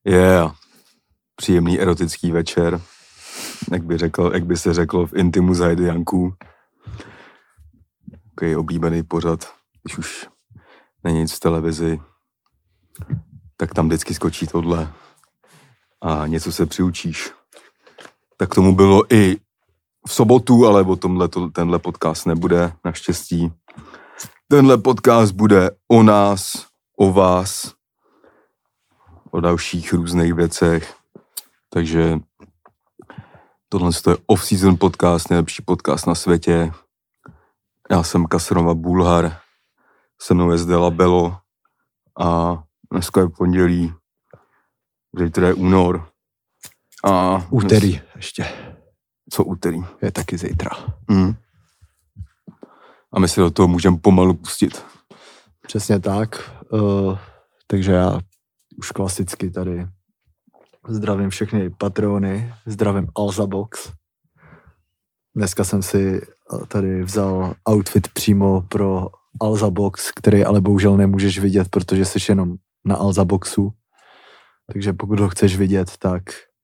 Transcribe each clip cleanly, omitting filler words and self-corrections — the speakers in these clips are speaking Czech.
Příjemný erotický večer, jak by se řeklo v intimu za Janků. Takový oblíbený pořad, když už není nic v televizi, tak tam vždycky skočí tohle a něco se přiučíš. Tak tomu bylo i v sobotu, ale o tomhle tenhle podcast nebude, naštěstí. Tenhle podcast bude o nás, o vás, o dalších různých věcech. Takže tohle je off-season podcast, nejlepší podcast na světě. Já jsem Kasrova Bulhar, se mnou je zde Labelo a dneska je pondělí, zítra je únor. A úterý ještě. Co úterý? Je taky zítra. A my se do toho můžeme pomalu pustit. Přesně tak. Takže já už klasicky tady zdravím všechny patrony, zdravím Alzabox. Dneska jsem si tady vzal outfit přímo pro Alzabox, který ale bohužel nemůžeš vidět, protože jsi jenom na Alzaboxu. Takže pokud ho chceš vidět, tak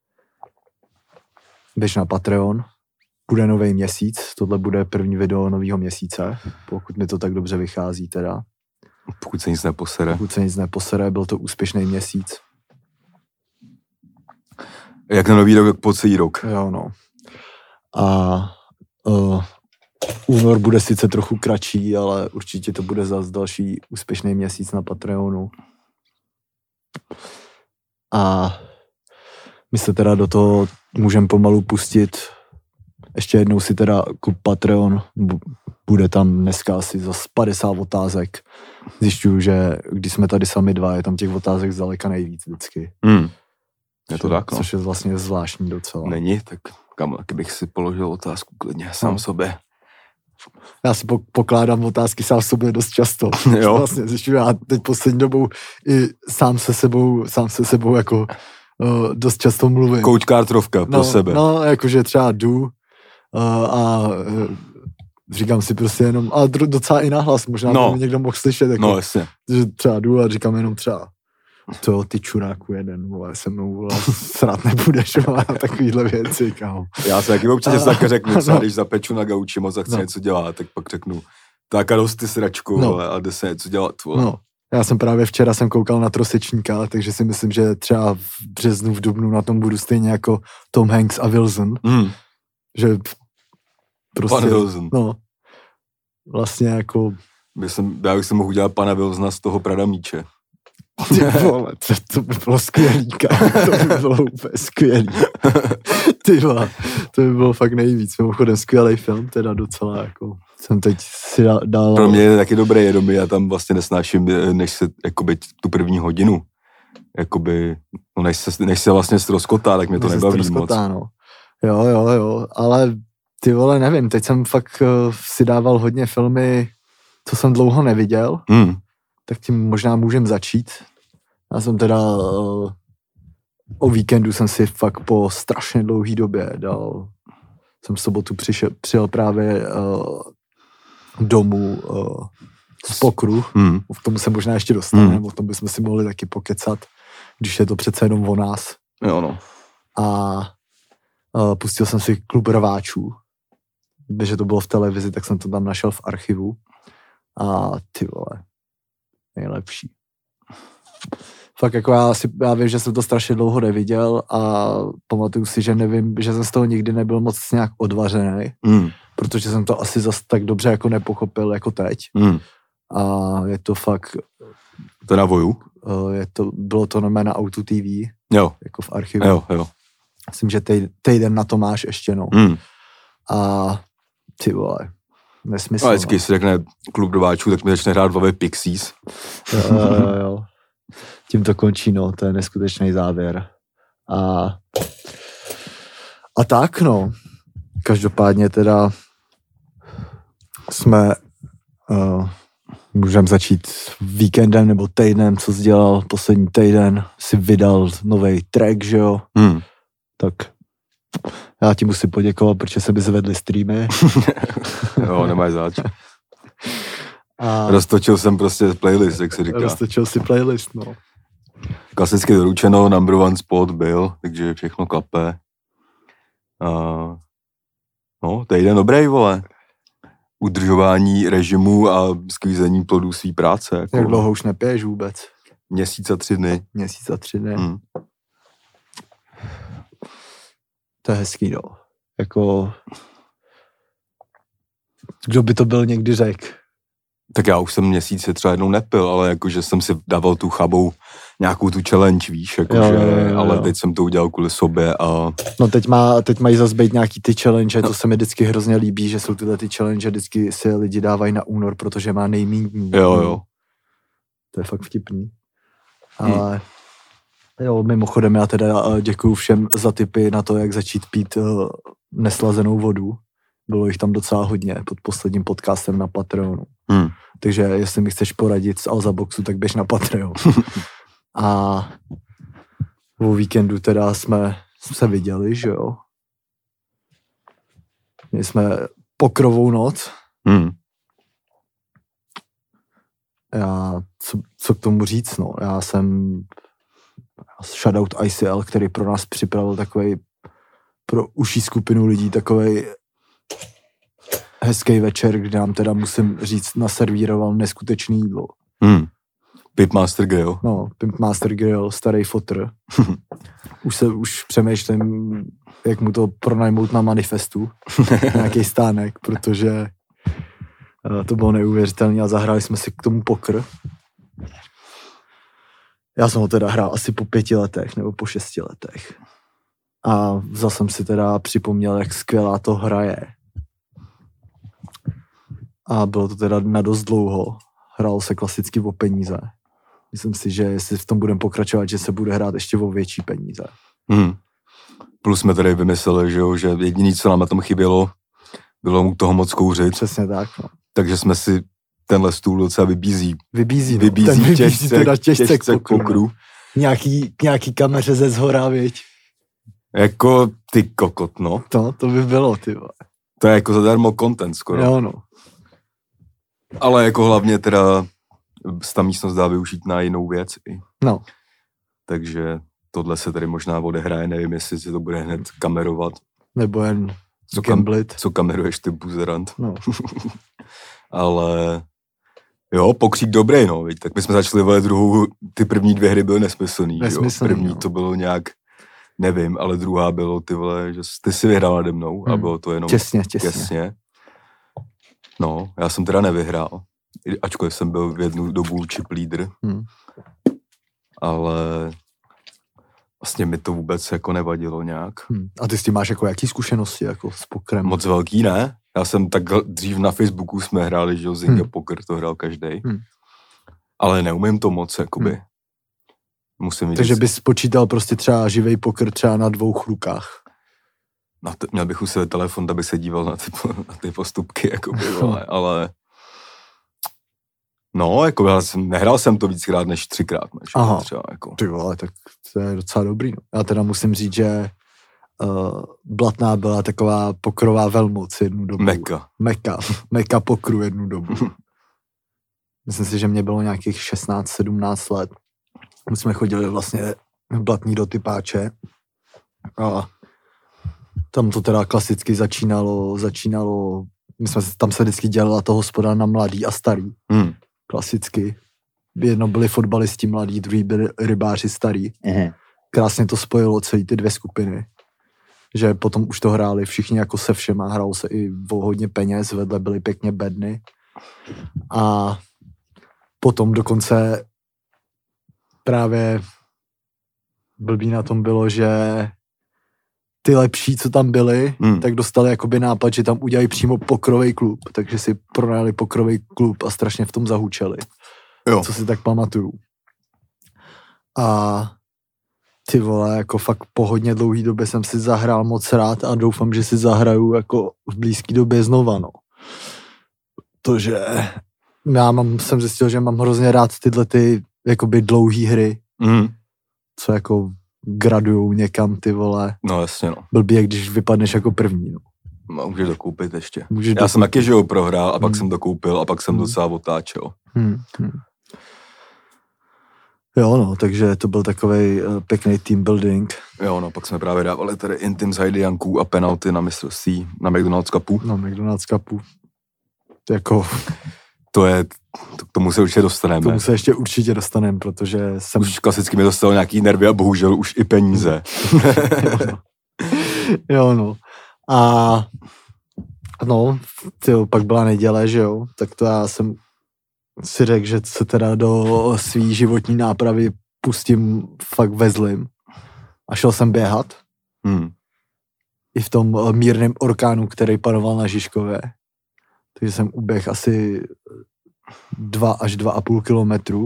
běž na Patreon. Bude nový měsíc, tohle bude první video nového měsíce, pokud mi to tak dobře vychází teda. Pokud se nic neposere. Byl to úspěšný měsíc. Jak na nový rok, po celý rok. Jo, no. A únor bude sice trochu kratší, ale určitě to bude zase další úspěšný měsíc na Patreonu. A my se teda do toho můžeme pomalu pustit. Ještě jednou si teda kup Patreon, bude tam dneska asi zase 50 otázek. Zjišťuju, že když jsme tady sami dva, je tam těch otázek zdaleka nejvíc vždycky. Je to tak, no. Což je vlastně zvláštní docela. Není, tak kam taky bych si položil otázku klidně sám sobě. Já si pokládám otázky sám sobě dost často. Jo. Vlastně zjišťuju, já teď poslední dobou i sám se sebou jako dost často mluvím. Coach Carterovka pro sebe. No, jakože třeba jdu a říkám si prostě jenom, a docela i nahlas, možná by mě někdo mohl slyšet, jako, no, jasně. Že třeba jdu a říkám jenom třeba, to ty čuráku jeden, vole, se mnou, vole, srát nebudeš, vole, a takovýhle věci, kámo. Já se taky občas taky řeknu, třeba když zapeču na gauči moc a chci něco dělat, tak pak řeknu, tak a dost ty sračku, vole, a jde se něco dělat, vole. No. Já jsem právě včera koukal na Trosečníka, takže si myslím, že třeba v březnu, v dubnu na tom budu stejně jako Tom Hanks a Wilson. Že prostě, Pan Wilson. No, vlastně jako... Já bych si mohl udělat pana Wilsona z toho Pradamíče. Vole, to by bylo skvělý, to by bylo úplně skvělý. Ty vole, to by bylo fakt nejvíc. Mimochodem skvělý film, teda docela jako... Jsem teď si dal... Pro mě je taky dobré, jenom já tam vlastně nesnáším, než se, jakoby, tu první hodinu, jakoby, no, než se vlastně ztroskotá, tak mě to nebaví moc. No. Jo, ale ty vole, nevím, teď jsem fakt si dával hodně filmy, co jsem dlouho neviděl, tak tím možná můžem začít. Já jsem teda o víkendu jsem si fakt po strašně dlouhý době jsem v sobotu přijel právě domů z Pokru. K tomu se možná ještě dostaneme, o tom bychom si mohli taky pokecat, když je to přece jenom o nás. Jo, no. A pustil jsem si Klub rváčů. Když to bylo v televizi, tak jsem to tam našel v archivu. A ty vole, nejlepší. Fakt jako já vím, že jsem to strašně dlouho neviděl a pamatuju si, že nevím, že jsem z toho nikdy nebyl moc nějak odvařený, protože jsem to asi zas tak dobře jako nepochopil jako teď. A je to fakt... To na Voju? Bylo to normálně na Auto TV, jo. Jako v archivu. Jo. Myslím, že týden na to máš ještě, no. A ty vole, nesmysl. A vždycky si řekne Klub rváčů, tak mi začne hrát v Pixies. Jo. Tím to končí, no, to je neskutečný závěr. A tak, no. Každopádně teda můžeme začít víkendem nebo týdnem, co jsi dělal poslední týden. Si vydal nový track, že jo? Tak já ti musím poděkovat, protože se mi zvedly streamy. Jo, nemáš zač. Roztočil jsem prostě playlist, jak se říká. Roztočil si playlist, no. Klasicky doručeno, number one spot byl, takže všechno klape. No, to je jeden dobrý, vole. Udržování režimu a sklízení plodů svý práce. Jako. Jak dlouho už nepiješ vůbec? Měsíc a 3 dny. Měsíc a 3 dny. To je hezký, no. Jako... Kdo by to byl někdy řekl? Tak já už jsem měsíce třeba jednou nepil, ale jakože jsem si dával tu chabou nějakou tu challenge, víš, jakože, ale teď jsem to udělal kvůli sobě a... No teď mají zase být nějaký ty challenge, to se mi vždycky hrozně líbí, že jsou tyhle ty challenge, vždycky si lidi dávají na únor, protože má nejméně dní. Jo. To je fakt vtipný. Ale jo, mimochodem já teda děkuju všem za tipy na to, jak začít pít neslazenou vodu. Bylo jich tam docela hodně pod posledním podcastem na Patreonu. Takže jestli mi chceš poradit z Alza Boxu, tak běž na Patreon. A o víkendu teda jsme se viděli, že jo. Měli jsme pokrovou noc. Já, co k tomu říct, no. Já jsem shoutout ICL, který pro nás připravil takovej pro užší skupinu lidí takovej hezký večer, kdy nám teda, musím říct, naservíroval neskutečný jídlo. Pimp Master Grill. No, Pimp Master Grill, starý fotr. Už přemýšlím, jak mu to pronajmout na manifestu. Nějaký stánek, protože to bylo neuvěřitelné a zahráli jsme si k tomu pokr. Já jsem ho teda hrál asi po 5 letech nebo po 6 letech. A zase jsem si teda připomněl, jak skvělá to hra je. A bylo to teda na dost dlouho. Hrál se klasicky o peníze. Myslím si, že jestli v tom budeme pokračovat, že se bude hrát ještě o větší peníze. Plus jsme tady vymysleli, že jediné, co nám na tom chybělo, bylo mu toho moc kouřit. Přesně tak, no. Takže jsme si tenhle stůl docela vybízí těžce k pokru. Nějaký kameře ze zhora, věď. Jako ty kokot, no. To by bylo, ty vole. To je jako zadarmo content skoro. Jo, no. Ale jako hlavně teda ta místnost dá využít na jinou věc. No. Takže se tady možná odehraje, nevím, jestli si to bude hned kamerovat. Nebo jen gamblit. Co kameruješ ty buzerant. No. Ale jo, pokřík dobrý, no, viď? Tak my jsme začali ty první 2 hry byly nesmyslný. První no. To bylo nějak, nevím, ale druhá bylo ty vole, že ty si vyhrál nade mnou a bylo to jenom těsně. No, já jsem teda nevyhrál, ačkoliv jsem byl v jednu dobu chip leader, ale vlastně mi to vůbec jako nevadilo nějak. A ty s tím máš jako jaký zkušenosti jako s pokrem? Moc velký, ne? Já jsem tak dřív na Facebooku jsme hráli, že Zynga Poker, to hrál každej. Ale neumím to moc, jakoby. Musím vidět. Takže bys počítal prostě třeba živej poker třeba na 2 rukách. Měl bych u sebe telefon, abych se díval na ty postupky, jakoby, ale no, jako nehrál jsem to víckrát než 3krát. Třeba, jako. Ty vole, tak to je docela dobrý. No. Já teda musím říct, že Blatná byla taková pokrová velmoc jednu dobu. Meka pokru jednu dobu. Myslím si, že mě bylo nějakých 16-17 let. My jsme chodili vlastně v Blatní do Typáče a tam to teda klasicky začínalo, tam se vždycky dělala to hospoda na mladý a starý. Klasicky. Jedno byli fotbalisti mladí, druhý byli rybáři starý. Krásně to spojilo celý ty 2 skupiny. Že potom už to hráli všichni jako se všema, hrál se i o hodně peněz, vedle byly pěkně bedny. A potom dokonce právě blbý na tom bylo, že ty lepší, co tam byli, tak dostali jakoby nápad, že tam udělají přímo pokrovej klub, takže si pronajali pokrovej klub a strašně v tom zahučeli. Jo. Co si tak pamatuju. A ty vole, jako fakt po hodně dlouhý době jsem si zahrál moc rád a doufám, že si zahraju jako v blízké době znova, no. To, že jsem zjistil, že mám hrozně rád tyhle ty jakoby dlouhý hry, co jako gradujou někam, ty vole. No jasně, no. Blbý je, když vypadneš jako první, no. Můžeš dokoupit ještě. Já jsem taky, že ho prohrál a pak jsem to koupil a pak jsem docela otáčel. Jo, no, takže to byl takovej pěkný team building. Jo, no, pak jsme právě dávali tady intim z Heidianků a penalty na mistrovství na McDonald's Cupu. Na McDonald's Cupu. Jako... K tomu se určitě dostaneme. K tomu se ještě určitě dostaneme, protože jsem... Už klasicky mi dostalo nějaký nervy a bohužel už i peníze. Jo, no. A no, tyjo, pak byla neděle, že jo, tak to já jsem si řekl, že se teda do svý životní nápravy pustím fakt ve zlým. A šel jsem běhat. I v tom mírném orkánu, který panoval na Žižkově. Takže jsem uběhl asi 2 až 2,5 kilometru.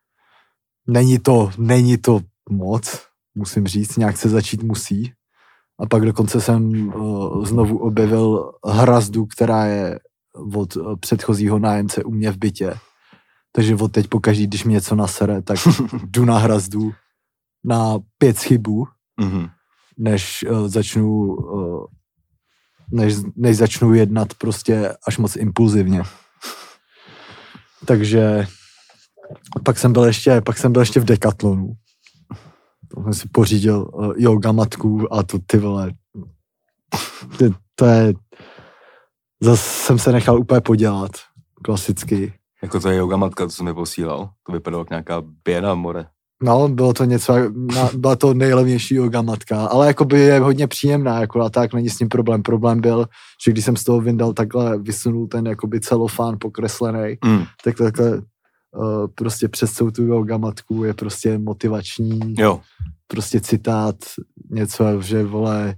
Není to moc, musím říct, nějak se začít musí. A pak dokonce jsem znovu objevil hrazdu, která je od předchozího nájemce u mě v bytě. Takže od teď pokaždý, když mi něco nasere, tak jdu na hrazdu na 5 schybů, než začnu jednat prostě až moc impulzivně. Takže pak jsem byl ještě v Decathlonu. To jsem si pořídil yoga matku a to ty vole. To je... Zase jsem se nechal úplně podělat. Klasicky. Jako to je yoga matka, co jsem mi posílal. To vypadalo jak nějaká běda more. No, bylo to něco, byla to nejlevnější yoga matka, ale jakoby je hodně příjemná, jako a tak není s ním problém. Problém byl, že když jsem z toho vyndal takhle, vysunul ten jakoby celofán pokreslený, tak takhle prostě přes celou tu yoga matku je prostě motivační, jo. Prostě citát, něco, že vole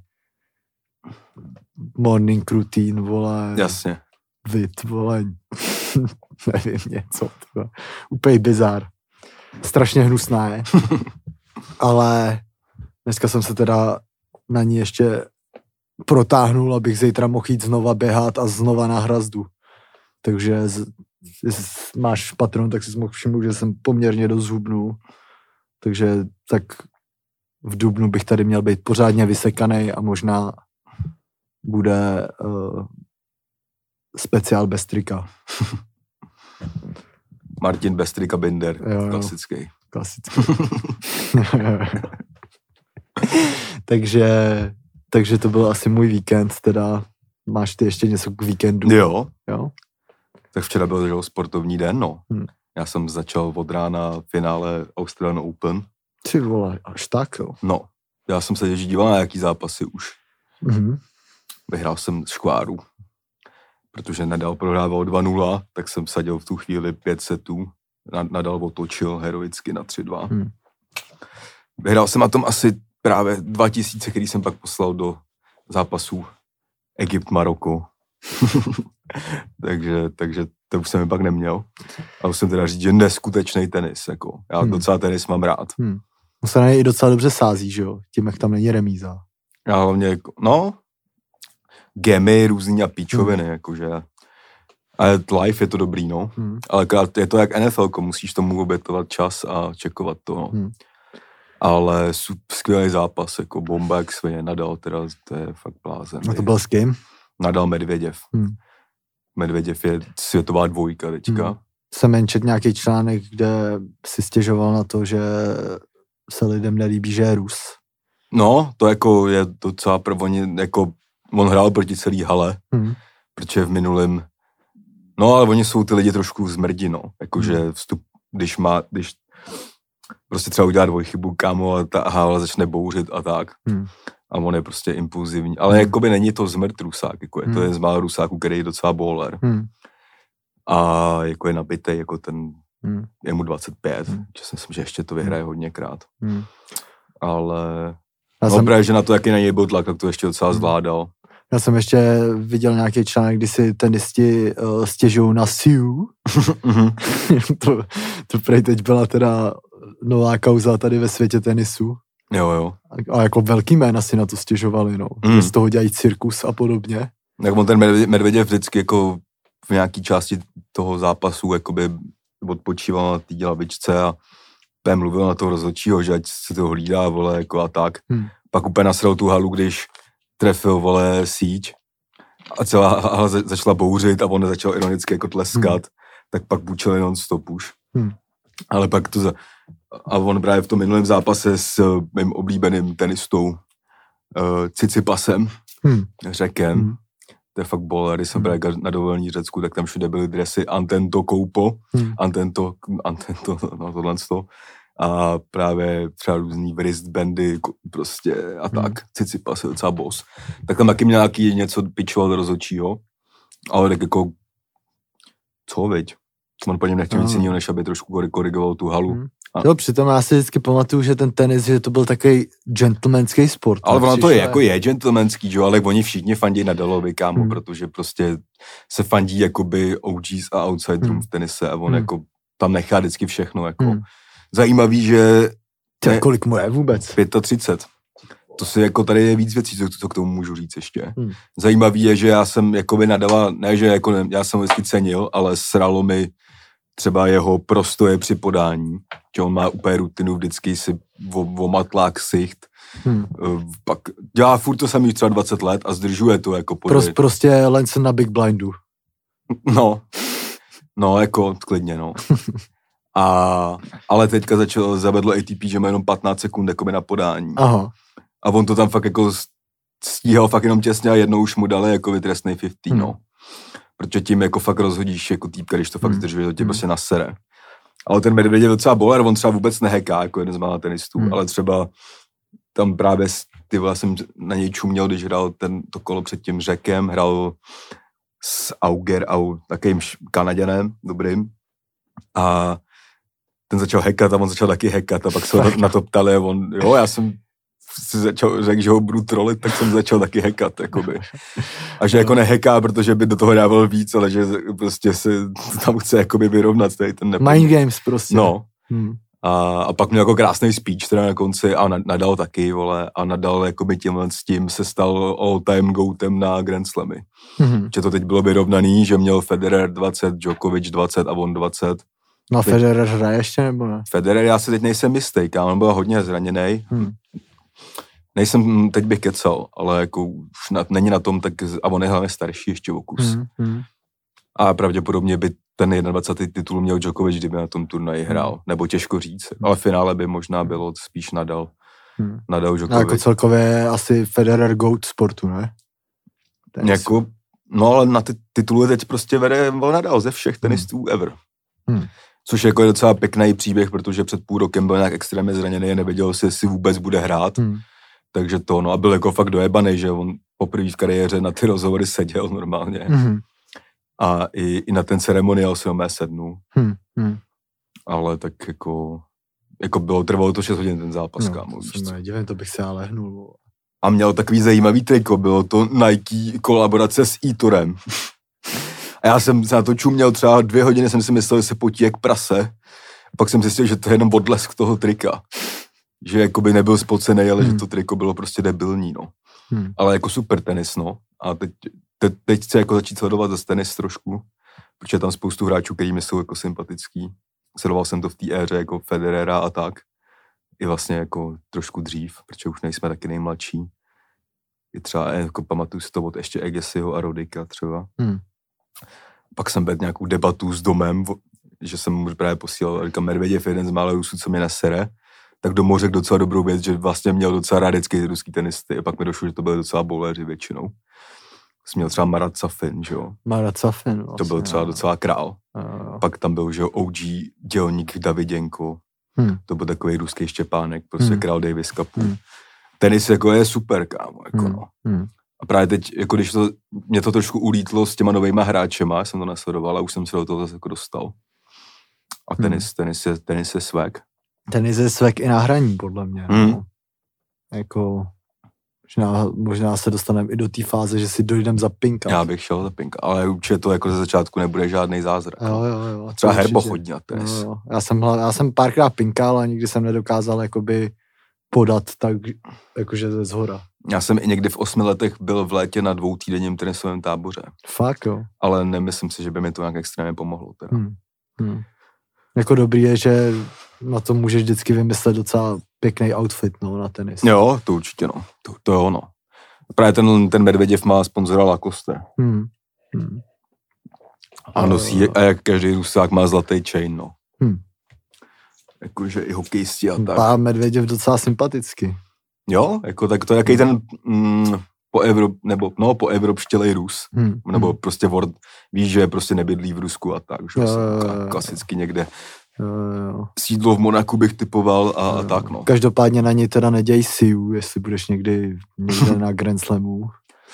morning routine, vole. Jasně. Vid, vole, nevím, něco. Úplně bizár. Strašně hnusná je. Ale dneska jsem se teda na ní ještě protáhnul, abych zítra mohl jít znova běhat a znova na hrazdu. Takže jestli máš patron, tak si mohl všimnout, že jsem poměrně dost zhubnul. Takže tak v dubnu bych tady měl být pořádně vysekanej a možná bude speciál bez trika. Martin bez trika Binder, jo. Klasický. takže to byl asi můj víkend, teda máš ty ještě něco k víkendu? Jo. Jo? Tak včera byl sportovní den, no. Já jsem začal od rána finále Australian Open. Ty vole, až tak, jo? No, já jsem se ještě díval na jaký zápasy už. Vyhrál jsem škváru, protože Nadal prohrával 2-0, tak jsem sadil v tu chvíli 5 setů. Nadal otočil heroicky na 3-2. Vyhrál jsem na tom asi právě 2000, který jsem pak poslal do zápasů Egypt-Maroko. takže to už jsem mi pak neměl. A musím teda říct, že neskutečný tenis. Jako. Já docela tenis mám rád. On se na něj i docela dobře sází, že jo? Tím, jak tam není remíza. Já hlavně, gemy různý a píčoviny, jakože. Ale live je to dobrý, no. Ale je to jak NFL, musíš tomu obětovat čas a čekovat to, no. Ale skvělý zápas, jako bomba, jak svině. Nadal teda, to je fakt blázen. A to byl s kým? Nadal Medvěděv. Medvěděv je světová dvojka teďka. Jsem četl nějaký článek, kde si stěžoval na to, že se lidem nelíbí, že je Rus. No, to jako je docela on hrál proti celý hale, protože v minulém, no ale oni jsou ty lidi trošku zmrdí, no, jakože vstup, když prostě třeba udělá dvojchybu, kámo, a ta hala začne bouřit a tak. A on je prostě impulzivní, ale jakoby není to zmrt Rusák, jako je to je z mála Rusáků, který je docela bowler. A jako je nabitej, jako ten, je mu 25, že si myslím, že ještě to vyhraje hodněkrát. Ale právě, že na to, jaký na něj byl tlak, tak to ještě docela zvládal. Já jsem ještě viděl nějaký článek, kdy si tenisti stěžují na Siu. to prej teď byla teda nová kauza tady ve světě tenisu. Jo. A jako velký jména si na to stěžovali, no. Že z toho dělají cirkus a podobně. Tak on ten Medvěděv vždycky jako v nějaký části toho zápasu jakoby odpočíval na té lavičce a mluvil na toho rozhodčího, že ať se to hlídá, vole, jako a tak. Pak úplně nasral tu halu, když trefil, vole, síť a celá hala začala bouřit a on začal ironicky jako tleskat, tak pak bučili non-stop už. Ale pak A on právě v tom minulém zápase s mým oblíbeným tenistou Cicipasem, Řekem, to je fakt bol, když jsem právě na dovolení v Řecku, tak tam všude byly dresy Antento Koupo, Antento, no tohle to. A právě třeba různý wristbandy prostě a tak. Cicipas je docela boss. Tak tam taky měl něco pičoval do rozhodčího, ale tak jako co, veď? On po něm nechtěl nic jiného, než aby trošku korigoval tu halu. Jo, přitom já si vždycky pamatuju, že ten tenis, že to byl takový gentlemanský sport. Ale ono to je, jako je gentlemanský, jo, ale oni všichni fandí Nadalovi, kámo, protože prostě se fandí jakoby OGs a outsiderům v tenise a on jako tam nechá vždycky všechno, jako. Zajímavý, že... Kolik mu je vůbec? 35. To si jako tady je víc věcí, co k tomu můžu říct ještě. Zajímavý je, že já jsem jakoby Nadala, ne, že jako já jsem ho vždycky cenil, ale sralo mi třeba jeho prostoje při podání, že on má úplně rutinu, vždycky si omatlá ksicht, pak dělá furt to samý třeba 20 let a zdržuje to jako prostě Lance na Big Blindu. No, jako klidně, no. Ale teďka zavedlo ATP, že má jenom 15 sekund jakoby na podání. Aha. A on to tam fakt jako stíhal fakt jenom těsně a jednou už mu dali jako trestnej 50, no. Protože tím jako fakt rozhodíš jako týpka, když to fakt zdržuje, to tě prostě nasere. Ale ten Medveděv je docela boler, on třeba vůbec neheká jako jeden z mála tenistů, ale třeba tam právě jsem na něj čuměl, když hrál to kolo před tím Řekem, hrál s Auger, takým Kanaděnem, dobrým. A ten začal hekat a on začal taky hekat a pak se na to ptali a on, já jsem si řekl, že ho budu trolit, tak jsem začal taky hekat, jakoby. A že jako neheká, protože by do toho dával víc, ale že prostě se tam chce jakoby vyrovnat tady ten Mind games prostě. No. A pak měl jako krásný speech teda na konci a Nadal taky, vole, a Nadal jakoby tímhle s tím se stal all-time goatem na Grand Slamy. Že to teď bylo vyrovnaný, že měl Federer 20, Djokovic 20 a on 20. No Federer hraje ještě nebo ne? Federer, já si teď nejsem jistý, on byl hodně zraněný. Nejsem, teď bych kecal, ale jako už není na tom, tak a on je hlavně starší ještě o kus. A pravděpodobně by ten 21. titul měl Djokovic, kdyby na tom turnaji hrál. Nebo těžko říct, ale v finále by možná bylo spíš Nadal Djokovic. A jako celkově asi Federer GOAT sportu, ne? Jako, no ale na ty tituly teď prostě vede Nadal ze všech tenistů ever. Což jako je docela pěkný příběh, protože před půl rokem byl nějak extrémně zraněný a nevěděl si vůbec bude hrát. Takže to, no a byl jako fakt dojebaný, že on poprvé v kariéře na ty rozhovory seděl normálně. A i na ten ceremoniál si sednul. Ale tak jako trvalo to 6 hodin ten zápas, kámo. Divím, to bych se ale hnul. A měl takový zajímavý triko, bylo to Nike kolaborace s E-Tourem. A já jsem se na to čuměl třeba 2 hodiny, jsem si myslel, že se potí jak prase. A pak jsem zjistil, že to je jenom odlesk toho trika. Že jakoby nebyl spocený, ale že to triko bylo prostě debilní, no. Ale jako super tenis, no. A teď chci jako začít sledovat zase tenis trošku, protože tam spoustu hráčů, který mi jsou jako sympatický. Sledoval jsem to v té éře jako Federera a tak. I vlastně jako trošku dřív, protože už nejsme taky nejmladší. I třeba jako pamatuju si to od ještě Egesiho a Rodika třeba. Pak jsem vedl nějakou debatu s Domem, že jsem mu právě posílal, říkám, Medveděv je jeden z mála Rusů, co mě nesere. Tak Dom řekl docela dobrou věc, že vlastně měl docela rád ruský tenisty. A pak mi došlo, že to byly docela bowleri většinou. Jsi měl třeba Marat Safin, že jo? Marat Safin, vlastně. To byl třeba docela král. Pak tam byl, že jo, OG dělník Daviděnko. To byl takový ruský Štěpánek, prostě král Davis Cupu. Tenis jako je super, kámo, jako no. A právě teď, jako když mě to trošku ulítlo s těma novejma hráčema, jsem to nasledoval a už jsem se do toho zase jako dostal. A tenis je swag. Tenis je swag i na hraní, podle mě. No. Jako, možná se dostaneme i do té fáze, že si dojdem za pinka. Já bych šel za pinka, ale určitě to jako ze začátku nebude žádný zázrak. Jo. Třeba Herbo chodí na tenis. Jo. Já jsem párkrát pinkal, ale nikdy jsem nedokázal jakoby podat tak, jakože ze zhora. Já jsem i někdy v 8 letech byl v létě na 2týdenním tenisovém táboře. Fakt, jo. Ale nemyslím si, že by mi to nějak extrémně pomohlo. Teda. Jako dobrý je, že na to můžeš vždycky vymyslet docela pěkný outfit, no, na tenis. Jo, to určitě, no. To jo, no. Právě ten Medveděv má sponzora Lacoste. A nosí, a jak každý Rusák má zlatý chain, no. jakože i hokejisti a tak. Pán Medvěděv docela sympaticky. Jo, jako tak to je jaký ten po evropštělej Rus. Nebo prostě víš, že prostě nebydlí v Rusku a tak. Že klasicky někde. Sídlo v Monaku bych typoval a tak, no. Každopádně na něj teda neděj siu, jestli budeš někde na Grand Slamu.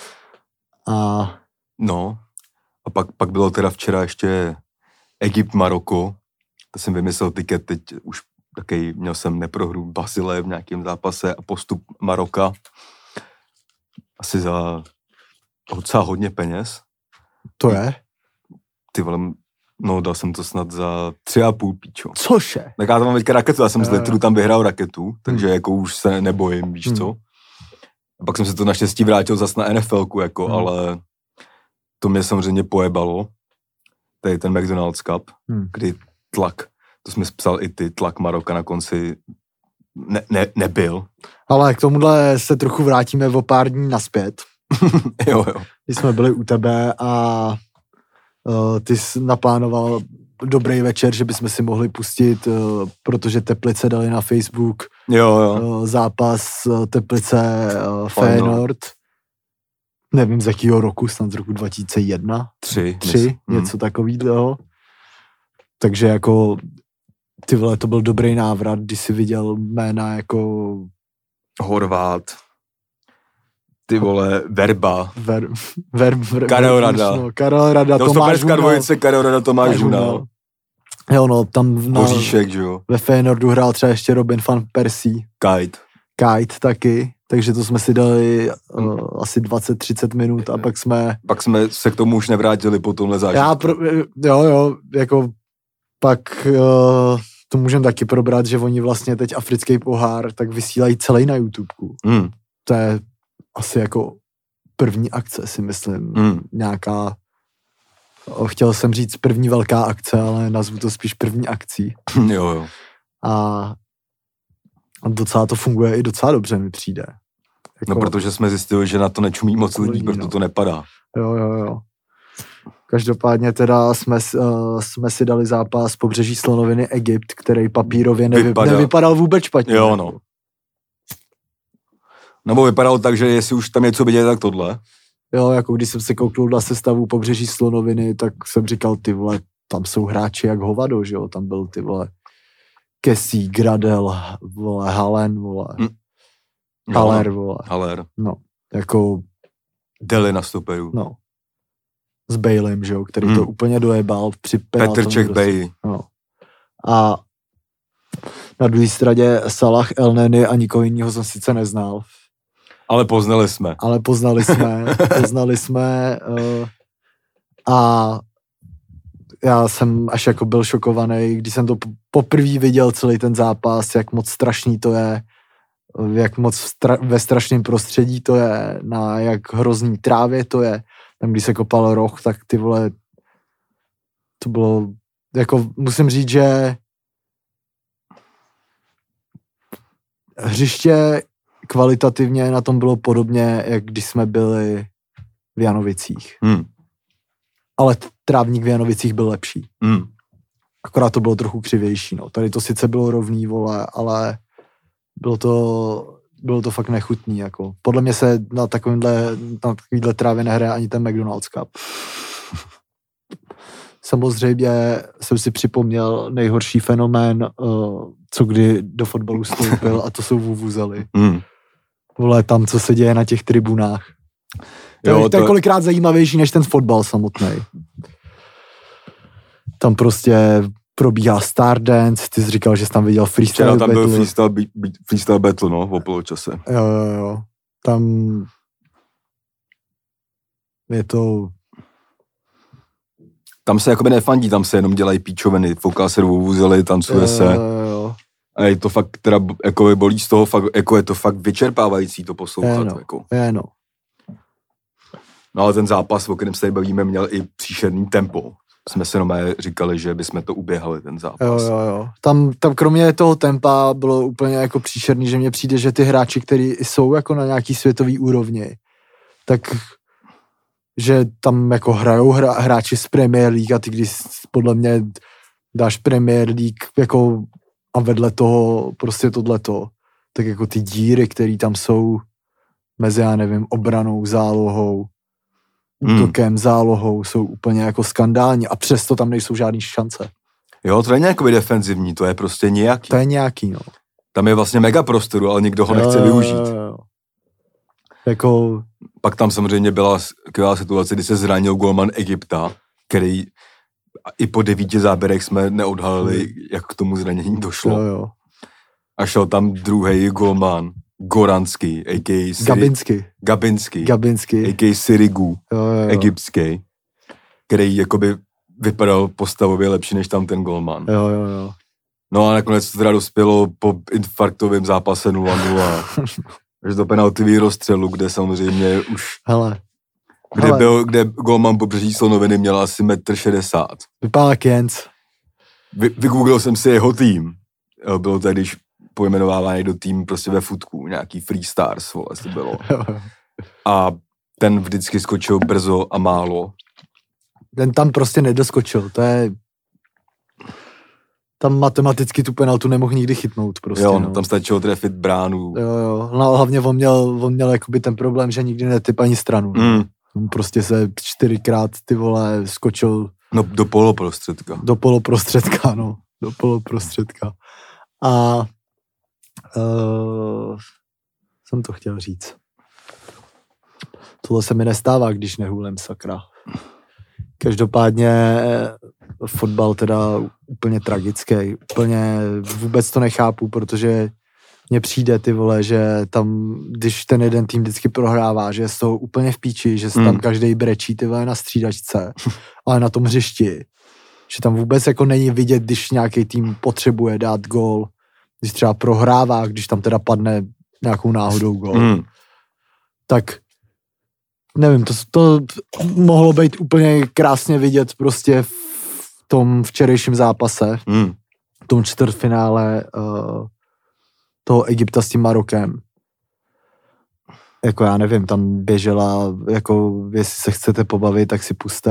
No, a pak bylo teda včera ještě Egypt, Maroko. To jsem vymyslel tiket, teď už taky měl jsem neprohru Basile v nějakém zápase a postup Maroka. Asi za docela hodně peněz. To je? Ty vole, no dal jsem to snad za 3,5 píčo. Cože? Tak já tam mám teďka raketu, já jsem z Letru tam vyhrál raketu, takže jako už se nebojím, víš co. A pak jsem se to naštěstí vrátil zas na NFLku, jako, ale to mě samozřejmě pojebalo. Tady ten McDonald's Cup, kdy to jsme psal i ty, tlak Maroka na konci nebyl. Ale k tomuhle se trochu vrátíme o pár dní nazpět. jo. Když jsme byli u tebe a ty jsi naplánoval dobrý večer, že bychom si mohli pustit, protože Teplice dali na Facebook zápas Teplice Feyenoord. Nevím z jakého roku, snad z roku 2001. 3, něco takového. Takže jako ty vole, to byl dobrý návrat, když jsi viděl jména jako Horvát, ty vole, Verba, Karel Rada, Tomáš Hunal. Karel Rada, Tomáš Hunal. Jo, no, tam Boříšek, že jo. Ve Feyenoordu hrál třeba ještě Robin van Persie. Kite taky, takže to jsme si dali asi 20-30 minut a pak jsme se k tomu už nevrátili po tomhle zážitku. Jako pak to můžeme taky probrat, že oni vlastně teď africký pohár tak vysílají celý na YouTubeku. To je asi jako první akce, si myslím. Nějaká, chtěl jsem říct první velká akce, ale nazvu to spíš první akcí. Jo. A docela to funguje i docela dobře, mi přijde. Jako, no, protože jsme zjistili, že na to nečumí moc lidí, protože to nepadá. Jo. Každopádně teda jsme si dali zápas Pobřeží slonoviny Egypt, který papírově nevypadal vůbec špatně. Jo, no. Nebo vypadalo tak, že jestli už tam něco vidět, tak tohle. Jo, jako když jsem se kouknul na sestavu Pobřeží slonoviny, tak jsem říkal, ty vole, tam jsou hráči jak hovado, že jo, tam byl ty vole Kessie, Gradel, vole, Halen, vole. Haller, vole. Haller. No, jako Deli na stoperu. No. S Baleem, že jo, který to úplně dojebal při penaltě. Petrček Bale. No. A na druhé straně Salah, El Neni a nikoho jiného jsem sice neznal. Ale poznali jsme. A já jsem až jako byl šokovaný, když jsem to poprvé viděl celý ten zápas, jak moc strašný to je, jak moc ve strašném prostředí to je, na jak hrozný trávě to je. Tam, když se kopal roh, tak ty vole, to bylo, jako musím říct, že hřiště kvalitativně na tom bylo podobně, jak když jsme byli v Janovicích. Ale trávník v Janovicích byl lepší. Akorát to bylo trochu křivější, no. Tady to sice bylo rovný, vole, ale bylo to fakt nechutný, jako. Podle mě se na takovýhle trávě nehraje ani ten McDonald's Cup. Samozřejmě jsem si připomněl nejhorší fenomén, co kdy do fotbalu vstoupil, a to jsou vuvuzely. Vole, tam, co se děje na těch tribunách. To je kolikrát zajímavější než ten fotbal samotný. Tam prostě probíhá Stardance, ty jsi říkal, že jsi tam viděl freestyle battle. Včera tam byl freestyle battle, no, o poločase. Jo. Tam je to... Tam se jakoby nefandí, tam se jenom dělají píčoviny, fouká se do vuvuzely, tancuje se. Jo. A je to fakt teda jako bolí z toho, fakt, jako je to fakt vyčerpávající to poslouchat. Jako. No ale ten zápas, o kterém se tady bavíme, měl i příšerný tempo. Jsme se jenom říkali, že bychom to uběhali, ten zápas. Jo. Tam kromě toho tempa bylo úplně jako příšerný, že mně přijde, že ty hráči, kteří jsou jako na nějaký světový úrovni, tak že tam jako hrajou hráči z Premier League a ty když podle mě dáš Premier League jako a vedle toho prostě tohleto, tak jako ty díry, které tam jsou mezi, já nevím, obranou, zálohou, útokem, zálohou, jsou úplně jako skandální a přesto tam nejsou žádný šance. Jo, to není jakoby defenzivní, to je prostě nějaký. To je nějaký, no. Tam je vlastně mega prostoru, ale nikdo ho nechce využít. Jako... Pak tam samozřejmě byla skvělá situace, kdy se zranil golman Egypta, který i po 9 záběrech jsme neodhalili, jak k tomu zranění došlo. Jo. A šel tam druhý golman, Goranský, a.k.a. Gabinský, a.k.a. Sirigu, egyptský, který jakoby vypadal postavově lepší než tam ten golman. Jo. No a nakonec to teda dospělo po infarktovém zápase 0-0. Až do penaltového rozstřelu, kde samozřejmě už... Kde golman Pobřeží Slonoviny měl asi 1,60 m. Vypadá jak Jens. Vygooglil jsem si jeho tým. Bylo to, když pojmenovává do tým prostě ve futku, nějaký Free Stars, vole, to bylo. A ten vždycky skočil brzo a málo. Ten tam prostě nedoskočil, to je... Tam matematicky tu penaltu nemohl nikdy chytnout prostě. Jo, no. Tam stačilo trefit bránu. Jo. No, hlavně on měl jakoby ten problém, že nikdy netyp ani stranu. On prostě se 4krát, ty vole, skočil... No, do poloprostředka. Do poloprostředka. A... jsem to chtěl říct. Tohle se mi nestává, když nehůlem, sakra. Každopádně fotbal teda úplně tragický. Úplně vůbec to nechápu, protože mně přijde, ty vole, že tam, když ten jeden tým vždycky prohrává, že je z toho úplně v píči, že se tam každej brečí, ty vole, na střídačce, ale na tom hřišti, že tam vůbec jako není vidět, když nějaký tým potřebuje dát gól, když třeba prohrává, když tam teda padne nějakou náhodou gól. Tak nevím, to mohlo být úplně krásně vidět prostě v tom včerejším zápase, v tom čtvrtfinále toho Egypta s tím Marokem. Jako já nevím, tam běžela, jako jestli se chcete pobavit, tak si puste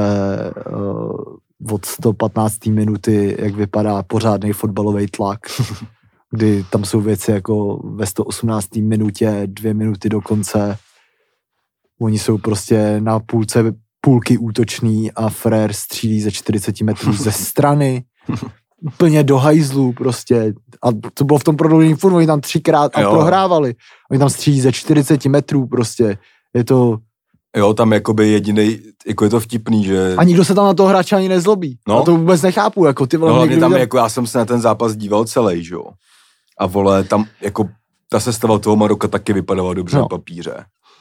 od 115. minuty, jak vypadá pořádný fotbalový tlak, kdy tam jsou věci jako ve 118. minutě, 2 minuty do konce. Oni jsou prostě na půlky útočný a Frér střílí ze 40 metrů ze strany. Úplně do hajzlu prostě. A to bylo v tom prodloužení furt, oni tam 3krát a prohrávali. Oni tam střílí ze 40 metrů prostě. Je to... Jo, tam jakoby jedinej, jako je to vtipný, že... A nikdo se tam na toho hráče ani nezlobí. No. A to vůbec nechápu, jako ty vole... No hlavně tam jako já jsem se na ten zápas díval celý, že jo. A vole, tam jako ta sestava toho Maroka taky vypadala dobře na papíře.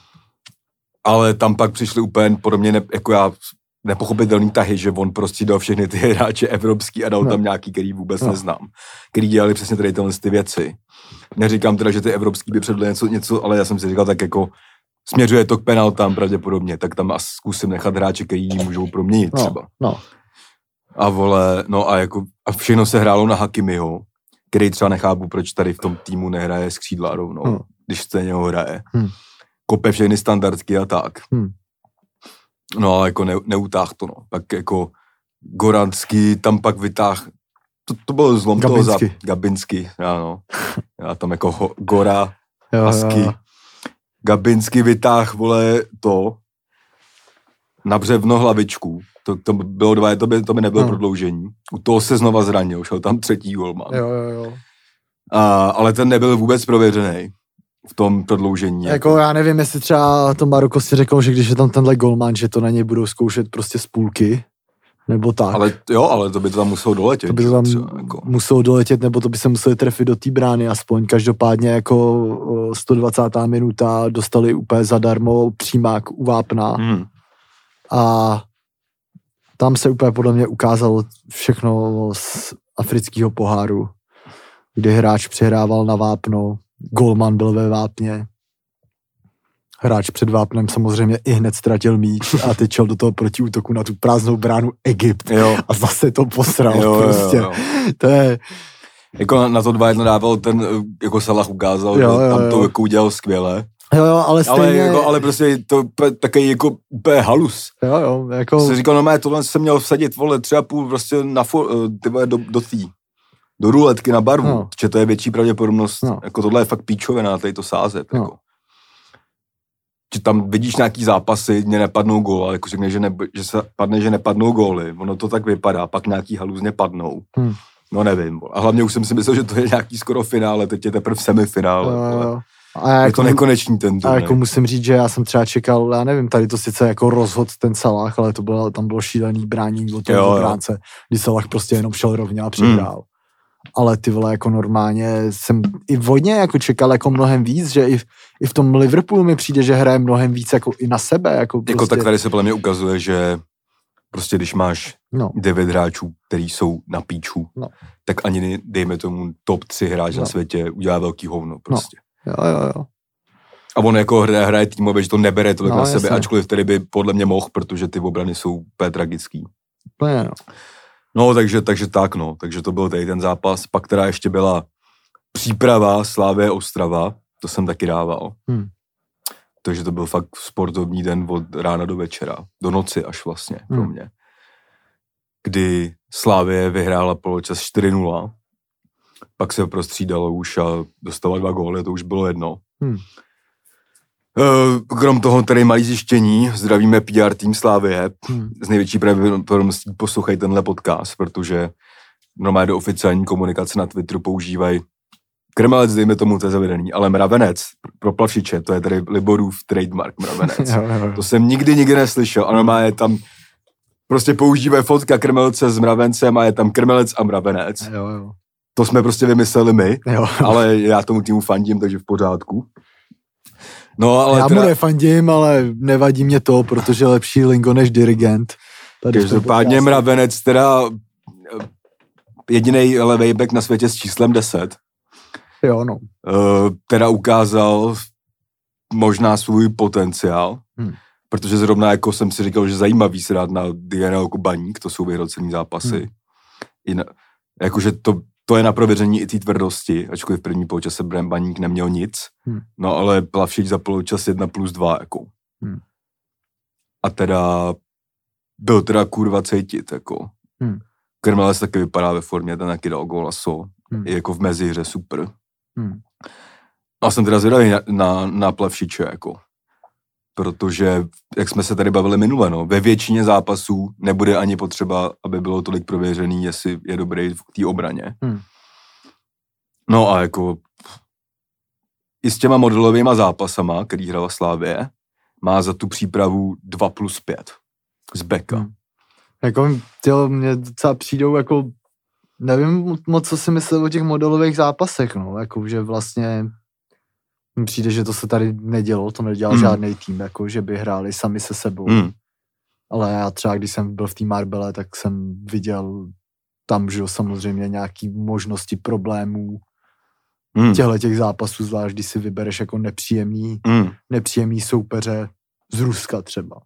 Ale tam pak přišli úplně podobně, jako já, nepochopitelný tahy, že on prostě dal všechny ty hráče evropský a dal tam nějaký, který vůbec neznám. Který dělali přesně tady tyhle ty věci. Neříkám teda, že ty evropský by předli něco, ale já jsem si říkal, tak jako směřuje to k penaltám pravděpodobně, tak tam zkusím nechat hráče, který můžou proměnit třeba. A vole, no a jako, a všechno se hrálo na Hakimiho, který třeba nechápu, proč tady v tom týmu nehraje z křídla rovnou, když stejně ho hraje. Kope všechny standardky a tak. No ale jako neutáh to, no. Pak jako Goranský tam pak vytáh, to bylo zlom toho za Gabinský, ano. Já tam jako Gora, Asky. Gabinský vytáh, vole, to na břevno hlavičku. To bylo to by nebylo prodloužení. U toho se znova zranil, šel tam 3. golman. Jo. Ale ten nebyl vůbec prověřený v tom prodloužení. Jako já nevím, jestli třeba to Maroko si řekl, že když je tam tenhle golman, že to na něj budou zkoušet prostě z půlky, nebo tak. Ale to by to tam muselo doletět. To by to tam muselo doletět, nebo to by se museli trefit do té brány aspoň. Každopádně jako 120. minuta dostali úplně zadarmo přímák u vápna. A tam se úplně podle mě ukázalo všechno z afrického poháru, kdy hráč přehrával na vápno, golman byl ve vápně, hráč před vápnem samozřejmě i hned ztratil míč a teď šel do toho protiútoku na tu prázdnou bránu Egypt a zase to posral prostě. To je... Jako na to 2-1 dával ten, jako Salah ukázal, že tam to jako udělal skvěle. Jo, ale stejně... Ale prostě to takový jako úplně halus. Jo, jako... Jsi říkal, no tohle jsem měl vsadit, vole, 3,5 prostě na do tý. do ruletky na barvu, že to je větší pravděpodobnost, jako tohle je fakt píčovina, tady to sázet, jako. Že tam vidíš nějaký zápasy, mě nepadnou gól, ale jako řekne, že se padne, že nepadnou góly, ono to tak vypadá, pak nějaký haluzně padnou. No nevím, a hlavně už jsem si myslel, že to je nějaký skoro finále, teď je teprve semifinále. A je jako, to nekonečný ten turnaj. A jako musím říct, že já jsem třeba čekal, já nevím, tady to sice jako rozhod ten Salah, ale tam bylo šílený bránění od toho bránce, kdy Salah prostě jenom šel rovně a přihrál. Ale ty vole, jako normálně jsem i vodně jako čekal jako mnohem víc, že i v tom Liverpoolu mi přijde, že hraje mnohem víc jako i na sebe. Jako tak tady se podle mě ukazuje, že prostě když máš 9 hráčů, který jsou na píču, tak ani dejme tomu top 3 hráč na světě udělá velký hovno prostě. Jo. A on jako hraje týmově, že to nebere tolik na sebe, ačkoliv tady by podle mě mohl, protože ty obrany jsou úplně tragický. No, takže tak, no. Takže to byl tady ten zápas. Pak teda ještě byla příprava Slavie Ostrava, to jsem taky dával. Takže to byl fakt sportovní den od rána do večera, do noci až vlastně pro mě. Kdy Slavie vyhrála poločas 4-0, pak se prostřídalo už a dostala 2 góly, to už bylo jedno. Krom toho tady malý zjištění, zdravíme PR tým Slavie, z největší pravděpodobností poslouchají tenhle podcast, protože normálně do oficiální komunikace na Twitteru používají Krmelec, dejme tomu, to je zavedený, ale Mravenec, pro plavšiče, to je tady Liborův trademark Mravenec. To jsem nikdy neslyšel a normálně tam prostě používají fotka Krmelce s Mravencem a je tam Krmelec a Mravenec. To jsme prostě vymysleli my, ale já tomu týmu fandím, takže v pořádku. No, ale já mu nefandím, ale nevadí mě to, protože lepší lingo než dirigent. Každopádně Mravenec teda jedinej levej back na světě s číslem 10. Teda ukázal možná svůj potenciál, protože zrovna jako jsem si říkal, že zajímavý se dát na Diana jako Baník, to jsou vyhrocený zápasy. Jakože to je na prověření i té tvrdosti, ačkoliv v první poločase Baník neměl nic, no ale Plavšič za poločas 1+2, jako. A teda byl teda kurva cítit, jako. Krmelec taky vypadá ve formě, ten taky dal gól a je jako v mezihře super. A jsem teda zvědavý na Plavšiče, jako. Protože, jak jsme se tady bavili minule, no, ve většině zápasů nebude ani potřeba, aby bylo tolik prověřený, jestli je dobrý v té obraně. No a jako i s těma modelovýma zápasama, který hrala Slavie, má za tu přípravu 2+5 z beka. Jako, mě docela přijdou, jako, nevím moc, co si myslel o těch modelových zápasech, no, jako, že vlastně mně přijde, že to se tady nedělo, to nedělal žádný tým, jako, že by hráli sami se sebou. Ale já třeba, když jsem byl v té Marbelle, tak jsem viděl tam, že samozřejmě nějaký možnosti problémů těch zápasů, zvlášť když si vybereš jako nepříjemný soupeře z Ruska třeba.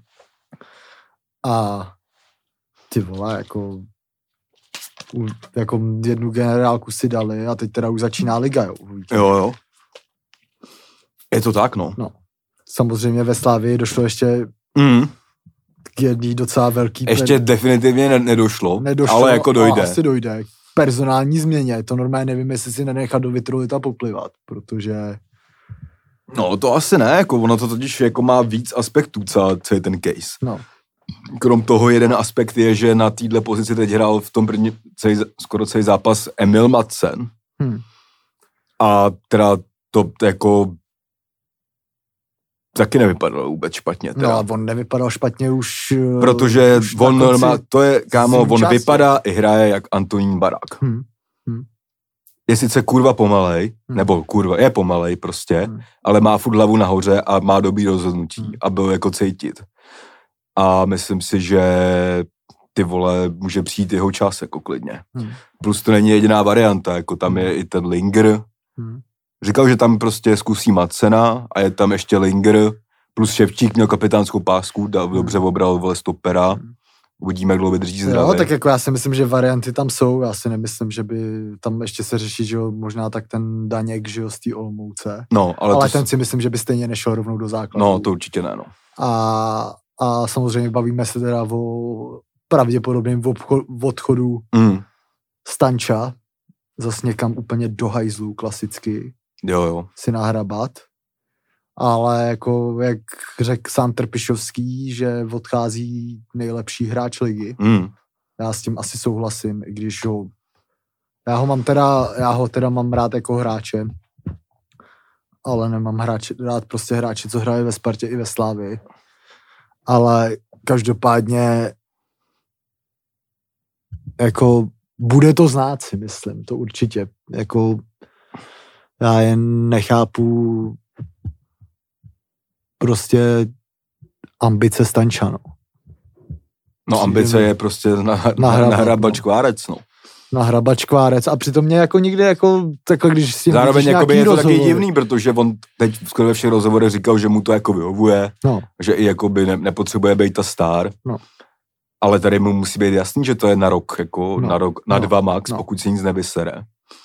A ty vole, jako jednu generálku si dali a teď teda už začíná liga, jo. Jo. Je to tak, no. Samozřejmě ve Slavii došlo ještě k jedný docela velký... Ještě definitivně nedošlo, ale jako dojde. Asi dojde. K personální změně. To normálně nevím, jestli si nenechat do Vitrolita poplivat, protože... No to asi ne, jako ono to totiž jako má víc aspektů, celý ten case. Krom toho jeden aspekt je, že na téhle pozici teď hrál v tom první, skoro celý zápas Emil Madsen. A teda to jako taky nevypadalo vůbec špatně. Teda. No, on nevypadal špatně už... Protože on normálně, to je, kámo, on vypadá i hraje jak Antonín Barák. Je sice kurva pomalej, nebo kurva, je pomalej prostě, ale má furt hlavu nahoře a má dobrý rozhodnutí a byl jako cítit. A myslím si, že ty vole, může přijít jeho čas, jako klidně. Plus to není jediná varianta, jako tam je i ten Linger. Říkal, že tam prostě zkusí Madsena a je tam ještě Linger, plus Ševčík měl kapitánskou pásku, dobře obral vole stopera. Uvidíme, jak dlouho vydrží zdravě. No, tak jako já si myslím, že varianty tam jsou, já si nemyslím, že by tam ještě se řeší, že jo, možná tak ten Daněk, že jo, z té Olomouce. No, ale ten si myslím, že by stejně nešel rovnou do základu. No, to určitě ne, no. A samozřejmě bavíme se teda o pravděpodobném odchodu Stanča zas někam úplně do hajzlu klasicky Jo. si nahrabat. Ale jako, jak řekl sám Trpišovský, že odchází nejlepší hráč ligy. Já s tím asi souhlasím, i když já ho teda mám rád jako hráče, ale nemám rád prostě hráče, co hraje ve Spartě i ve Slávii. Ale každopádně jako bude to znát, si myslím, to určitě. Jako já jen nechápu prostě ambice Stanča, no. No ambice je prostě nahrabat škvárec, no. Nahrabat škvárec a přitom mě jako nikdy jako takhle, když si zároveň jakoby je to taky divný, protože on teď skoro ve všech rozhovorech říkal, že mu to jako vyhovuje, že i jakoby nepotřebuje být ta star, ale tady mu musí být jasný, že to je na rok, jako na 2 max, pokud si nic nevysere.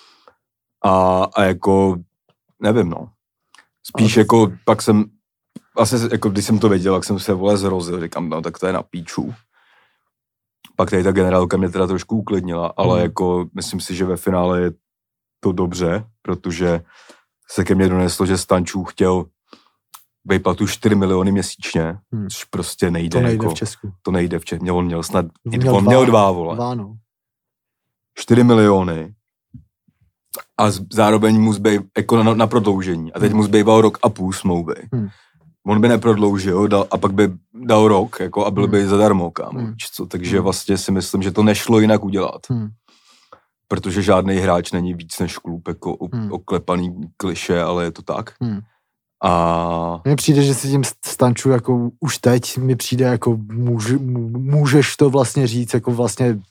A jako, nevím, no. Spíš jako, pak jsem, asi jako když jsem to věděl, tak jsem se zrozil, říkám, no tak to je na píču. Pak tady ta generálka mě teda trošku uklidnila, ale jako myslím si, že ve finále je to dobře, protože se ke mně doneslo, že Stančů chtěl výplatu 4 miliony měsíčně, což prostě nejde. To nejde jako, v Česku. To nejde v Česku. On měl snad, on měl 2, vole. 2, no. 4 miliony a zároveň mu zbýval, jako na prodloužení. A teď mu zbýval 1,5 roku smlouvy. On by neprodloužil a pak by dal rok jako, a byl by zadarmo, kámo. Takže vlastně si myslím, že to nešlo jinak udělat. Protože žádný hráč není víc než klub, jako oklepaný kliše, ale je to tak. A mně přijde, že si tím Stanču jako už teď mi přijde jako můžeš to vlastně říct, jako vlastně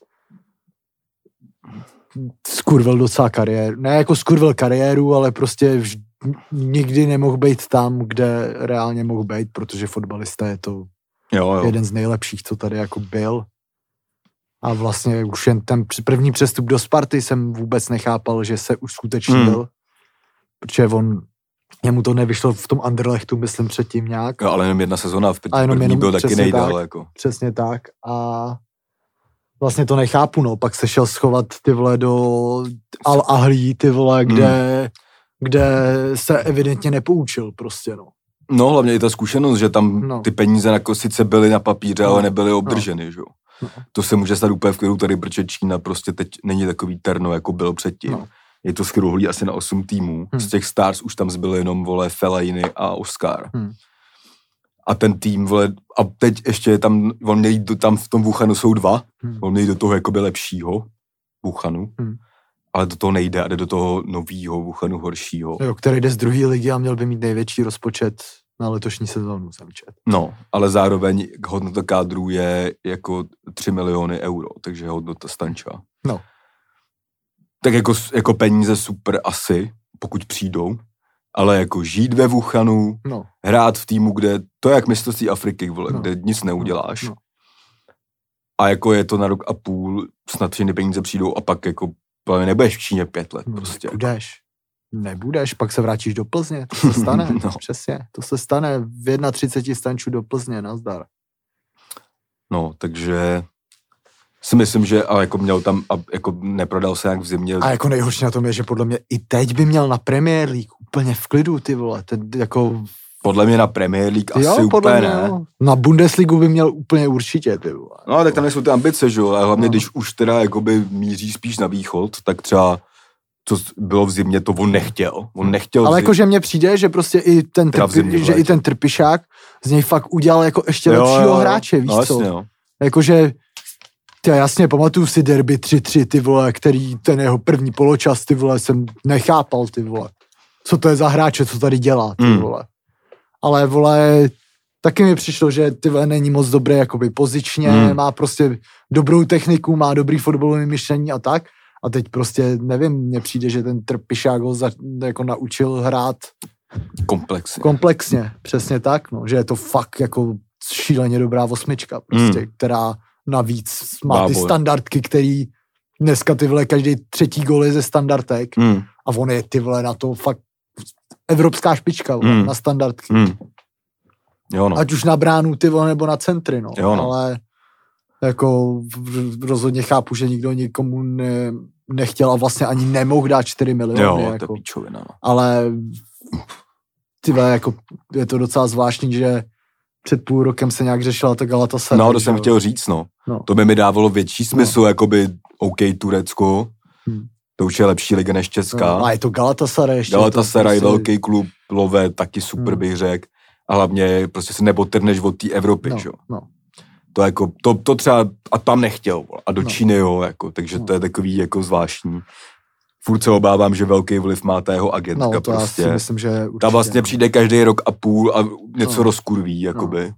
skurvil docela kariéru. Ne jako skurvil kariéru, ale prostě nikdy nemohl být tam, kde reálně mohl být, protože fotbalista je to jeden z nejlepších, co tady jako byl. A vlastně už jen ten první přestup do Sparty jsem vůbec nechápal, že se uskutečnil, protože jemu to nevyšlo v tom Anderlechtu, myslím předtím nějak. Ale jenom 1 sezona, v první byl taky nejdál. Jako. Přesně tak. A vlastně to nechápu, no. Pak se šel schovat, ty vole, do Al-Ahlí, ty vole, kde se evidentně nepoučil prostě, no. No, hlavně i ta zkušenost, že tam ty peníze jako sice byly na papíře, ale nebyly obdrženy, že jo. To se může stát úplně v klidu tady, protože Čína prostě teď není takový terno, jako byl předtím. Je to skrouhlý asi na 8 týmů. Z těch stars už tam zbyly jenom, vole, Fellaini a Oscar. A ten tým, vole, a teď ještě je tam, on měl jít tam v tom Wuhanu jsou 2, on měl jít do toho jakoby lepšího Wuhanu, ale do toho nejde a jde do toho novýho Wuhanu horšího. Jo, který jde z 2. ligy a měl by mít největší rozpočet na letošní sezónu, jsem čet. No, ale zároveň hodnota kádru je jako 3 miliony euro, takže hodnota Stanča. No. Tak jako peníze super asi, pokud přijdou, ale jako žít ve Wuhanu, hrát v týmu, kde to je jak mistrovství Afriky, vole, kde nic neuděláš. A jako je to na 1,5 roku, snad všechny peníze přijdou a pak jako nebudeš v Číně 5 let prostě. Nebudeš, pak se vrátíš do Plzně, to se stane, přesně, to se stane v 31 Stančů do Plzně, nazdar. No, takže si myslím, že ale jako měl tam, a jako neprodal se jak v zimě. A jako nejhorší na tom je, že podle mě i teď by měl na Premier League úplně v klidu, ty vole, ten jako... Podle mě na Premier League asi úplně ne. Na Bundesligu by měl úplně určitě, ty vole. No, tak tam nejsou ty ambice, že jo, a hlavně když už teda jakoby míří spíš na východ, tak třeba co bylo v zimě, to on nechtěl. Ale jakože mně přijde, že prostě i ten Trpišák z něj fakt udělal jako ještě lepšího hráče, víš co? Jasně, jakože já jasně pamatuju si derby 3-3, ty vole, který ten jeho první poločas, ty vole, jsem nechápal, ty vole. Co to je za hráče, co tady dělá, ty vole. Ale vole, taky mi přišlo, že ty vole není moc dobré jakoby pozičně, má prostě dobrou techniku, má dobrý fotbalové myšlení a tak. A teď prostě, nevím, mně přijde, že ten Trpišák ho jako naučil hrát komplexně, přesně tak, no, že je to fakt jako šíleně dobrá 8, prostě, která navíc má ty standardky, který dneska ty vole každý 3. gól je ze standardek a on je ty vole na to fakt evropská špička, vole, na standardky. Jo, no. Ať už na bránu ty vole nebo na centry, no. Jo, no. Ale Jako rozhodně chápu, že nikdo nikomu nechtěl a vlastně ani nemohl dát 4 miliony. Jo, jako. to píčovina, no. Ale jako je to docela zvláštní, že před půl rokem se nějak řešila ta Galatasaray. No, to jsem chtěl říct, no. To by mi dávalo větší smysl, jakoby OK Turecko, to už je lepší liga než Česká. No, a je to Galatasaray ještě. Galatasaray, velký klub, Lové, taky super bych řekl. A hlavně prostě se nepotrhneš od té Evropy, jo. No. To jako, to třeba, a tam nechtěl, a do Číny, jo, jako, takže to je takový jako zvláštní. Furt se obávám, že velký vliv má ta jeho agentka, no, to prostě. Já si myslím, že určitě. Ta vlastně přijde každý rok a půl a něco rozkurví, jakoby.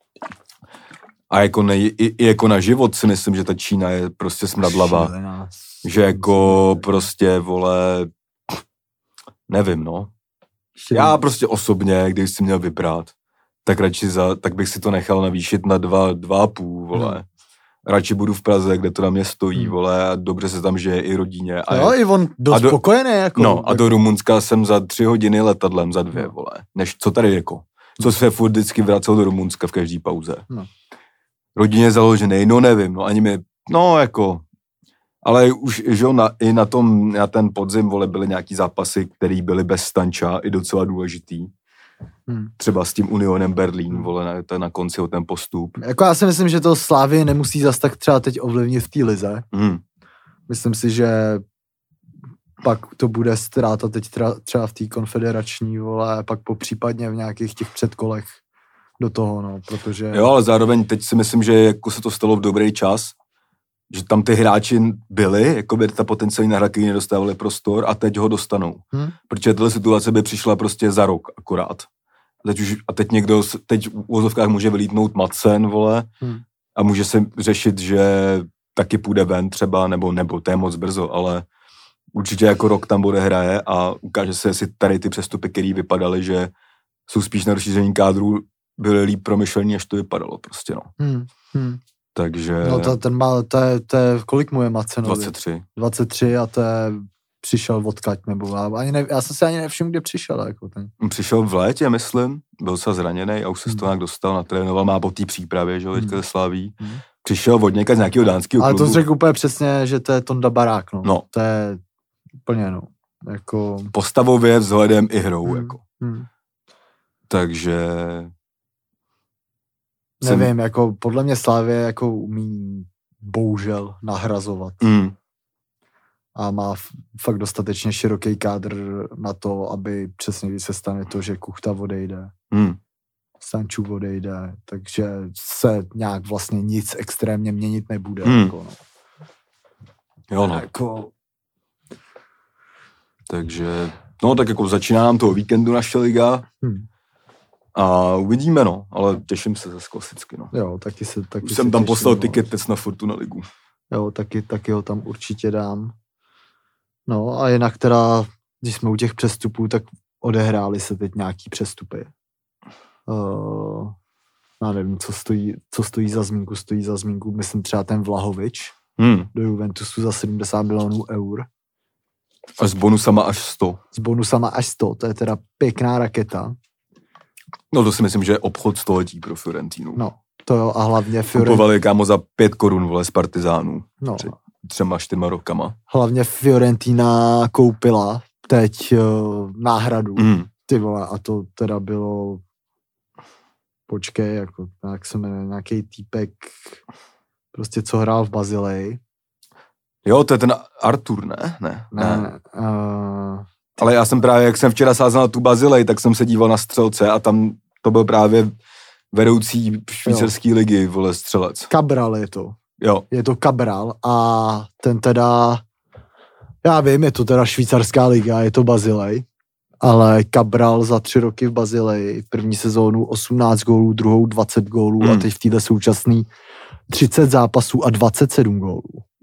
A jako, jako na život si myslím, že ta Čína je prostě smradlava. Že jako prostě, vole, nevím, no. Já prostě osobně, když si měl vybrat, tak radši tak bych si to nechal navýšit na 2,5, vole. Radši budu v Praze, kde to na mě stojí, vole, a dobře se tam žije i rodině. A jo, i on dost spokojený, jako. No, a do Rumunska jsem za 3 hodiny letadlem, za 2, vole. Než co tady jako. Co se furt vždycky vracel do Rumunska v každý pauze. Rodině založený, no nevím, no ani mi, no jako, ale už, že jo, na ten podzim, vole, byly nějaký zápasy, které byly bez Stanča i docela důležitý. Třeba s tím Unionem Berlín, vole, na konci o ten postup. Jako já si myslím, že to Slavii nemusí zas tak třeba teď ovlivnit v té lize. Myslím si, že pak to bude ztráta teď třeba v té konfederační, vole, pak popřípadně v nějakých těch předkolech do toho, no, protože... Jo, ale zároveň teď si myslím, že jako se to stalo v dobrý čas, že tam ty hráči byli, jako by ta potenciální nahradky nedostávali prostor a teď ho dostanou. Protože tato situace by přišla prostě za rok akorát. A teď někdo, teď v uvozovkách může vylítnout Madsen, vole, a může se řešit, že taky půjde ven třeba, nebo to je moc brzo, ale určitě jako rok tam bude hraje a ukáže se, jestli tady ty přestupy, které vypadaly, že jsou spíš na rozšíření kádru, byly líp promyšlení, než to vypadalo prostě, no. Takže... No to je kolik mu je Madsenovi? 23. 23 a to je přišel odkaď, nebo já jsem si ani nevšiml, kde přišel, jako ten. Přišel v létě, myslím, byl se zraněný a už se z toho nějak dostal, natrénoval, má po té přípravě, že jo, teďka ze Slaví. Přišel od někaď z nějakého dánského klubu. Ale to řekl úplně přesně, že to je Tonda Barák, no. To je úplně, no, jako... Postavově, vzhledem i hrou, jako. Takže... Nevím, jako podle mě Slavie jako umí bohužel nahrazovat. A má fakt dostatečně široký kádr na to, aby přesně když se stane to, že Kuchta odejde, Stančů odejde, takže se nějak vlastně nic extrémně měnit nebude. Jako, no. Jo, no. Jako... Takže, no tak jako začíná nám toho víkendu naše liga. A uvidíme, no, ale těším se zase klasicky, no. Jo, taky už jsem tam poslal tiket na Fortuna ligu. Jo, taky ho tam určitě dám. No a jinak teda, když jsme u těch přestupů, tak odehrály se teď nějaký přestupy. Já nevím, co stojí za zmínku, myslím třeba ten Vlahovič do Juventusu za 70 milionů eur. A s bonusama až 100. S bonusama až 100, to je teda pěkná raketa. No to si myslím, že je obchod století pro Fiorentinu. No, to jo, a hlavně kupovali kámo za 5 korun, vole, z Partizánů. No. Před 3-4 rokama. Hlavně Fiorentina koupila teď náhradu. Ty vole, a to teda bylo... Počkej, jako, jak se jmenuje, nějaký týpek, prostě co hrál v Bazileji. Jo, to je ten Artur, ne? Ne. Ale já jsem právě, jak jsem včera sázel na tu Bazilej, tak jsem se díval na střelce a tam to byl právě vedoucí švýcarský ligy, vole, střelec. Cabral je to. Jo. Je to Cabral a ten teda, já vím, je to teda švýcarská liga, je to Bazilej, ale Cabral za 3 roky v Bazileji, první sezónu 18 gólů, druhou 20 gólů a teď v této současný 30 zápasů a 27 gólů.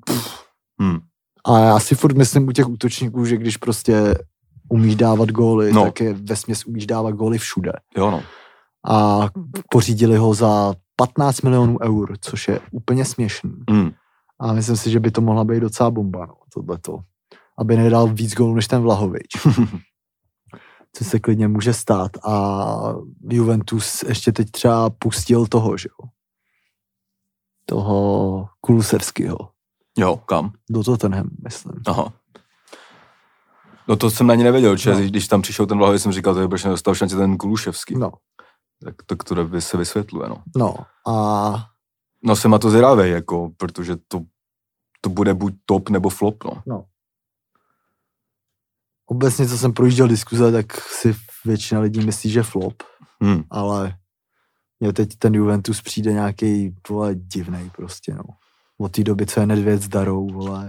A já si furt myslím u těch útočníků, že když prostě umíš dávat góly, tak je vesměs umíš dávat góly všude. Jo, no. A pořídili ho za 15 milionů eur, což je úplně směšný. A myslím si, že by to mohla být docela bomba, no, tohleto. Aby nedal víc gólů než ten Vlahovič. Co se klidně může stát. A Juventus ještě teď třeba pustil toho, že jo. toho Kulusevského. Jo, kam? Do Tottenham, myslím. Aha. No to jsem na ně nevěděl, že když tam přišel ten Vlahovič, jsem říkal, že proč nedostal šanci ten Kuluševský. No. Tak to se vysvětluje, no. No a... No jsem na to zvědavej, jako, protože to bude buď top nebo flop, no. No. Obecně, co jsem projížděl diskuze, tak si většina lidí myslí, že flop, ale mně teď ten Juventus přijde nějaký, vole, divnej prostě, no. Od té doby, co je Nedvěd s Darou, vole.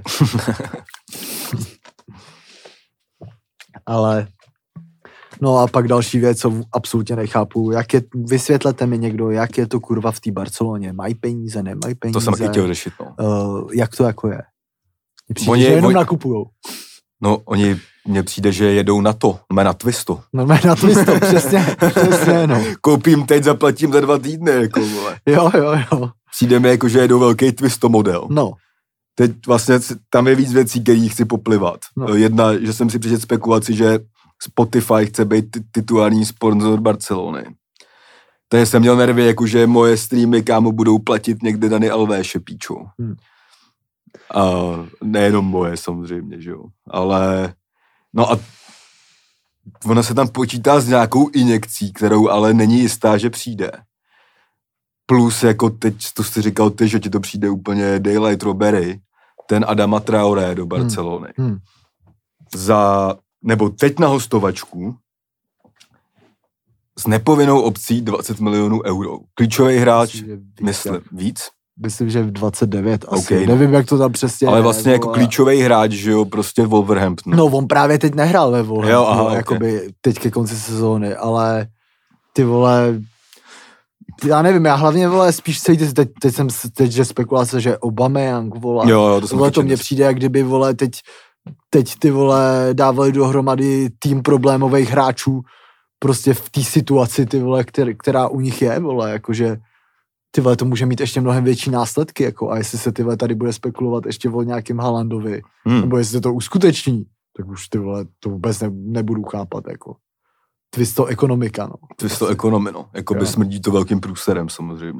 Ale, no a pak další věc, co absolutně nechápu, vysvětlete mi někdo, jak je to kurva v té Barceloně, mají peníze, nemají peníze. To jsem taky chtěl řešit, no. Jak to jako je? Mně přijde, že jenom nakupujou. No, mně přijde, že jedou na to, na Twisto. No, na Twisto, přesně, no. Koupím teď, zaplatím za 2 týdny, jako, vole. Jo. Přijde mi, jako, že jedou velký Twisto model. No. Teď vlastně tam je víc věcí, který chci poplivat. No. Jedna, že jsem si přečetl spekulaci, že Spotify chce být titulární sponzor Barcelony. Takže jsem měl nervy, jako, že moje streamy, kámo, budou platit někde Dani Alvéše, píčou. A nejenom moje, samozřejmě, že jo. Ale, no a ona se tam počítá s nějakou injekcí, kterou ale není jistá, že přijde. Plus, jako teď, to jsi říkal ty, že ti to přijde úplně Daylight Robbery, ten Adama Traoré do Barcelony. Nebo teď na hostovačku s nepovinnou opcí 20 milionů euro. Klíčový hráč, myslím, víc? Myslím, že v 29 asi. Okay. Nevím, jak to tam přesně ale vlastně jako klíčový hráč, že jo, prostě Wolverhampton. No, on právě teď nehrál ve Wolverhamptonu, okay. Jakoby teď ke konci sezóny, ale ty vole, já nevím, já hlavně, vole, spíš teď že spekulace, že Aubameyang, vole, jo, to mně přijde, jak kdyby, vole, teď ty, vole, dávali dohromady tým problémových hráčů prostě v té situaci, ty vole, která u nich je, vole, jakože ty vole, to může mít ještě mnohem větší následky, jako, a jestli se ty vole tady bude spekulovat ještě o nějakým Haalandovi, nebo jestli se to uskuteční, tak už ty vole, to vůbec nebudu chápat, jako. Twisto ekonomika, no. Twisto ekonomi, no. Jako by smrdí to velkým průserem, samozřejmě.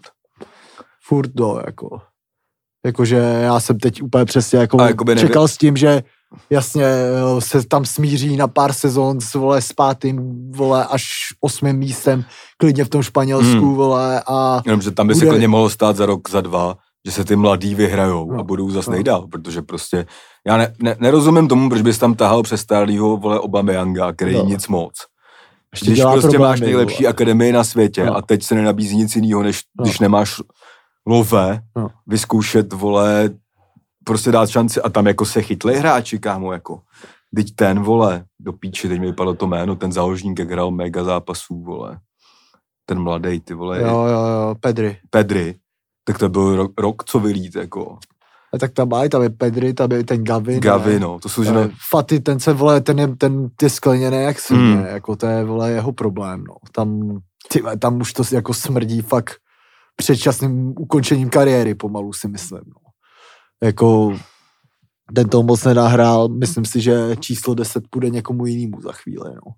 Furt, no, jako. Jakože já jsem teď úplně přesně jako čekal s tím, že jasně se tam smíří na pár sezon vole, s 5., vole, až 8. místem, klidně v tom Španělsku, vole, a... Jenom, že tam by se klidně mohlo stát za rok, za 2, že se ty mladí vyhrajou a budou zas nejdál, protože prostě, já nerozumím tomu, proč bys tam tahal přes starýho, vole, Aubameyanga, který nic moc. Když prostě problémy, máš nejlepší akademii na světě a teď se nenabízí nic jiného, než když nemáš lové, vyzkoušet, vole, prostě dát šanci a tam jako se chytli hráči, kámo, jako. Teď ten, vole, do píči, teď mi vypadlo to jméno, ten záložník, jak hrál mega zápasů, vole. Ten mladej, ty vole. Jo, Pedri. Tak to byl rok, co vylít, jako. A tak tam je Pedri, tam je ten Gavi, no, to jsou Fati, ten se, vole, ten je skleněný jak svině, jako to je, vole, jeho problém, no. Tam už to jako smrdí fakt předčasným ukončením kariéry pomalu, si myslím, no. Jako ten to moc nenahrál, myslím si, že číslo 10 půjde někomu jinému za chvíli, no.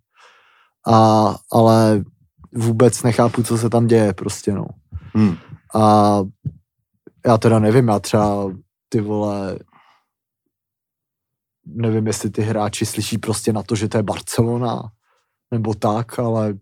Ale vůbec nechápu, co se tam děje, prostě, no. A já teda nevím, já třeba ty vole, nevím, jestli ty hráči slyší prostě na to, že to je Barcelona, nebo tak, ale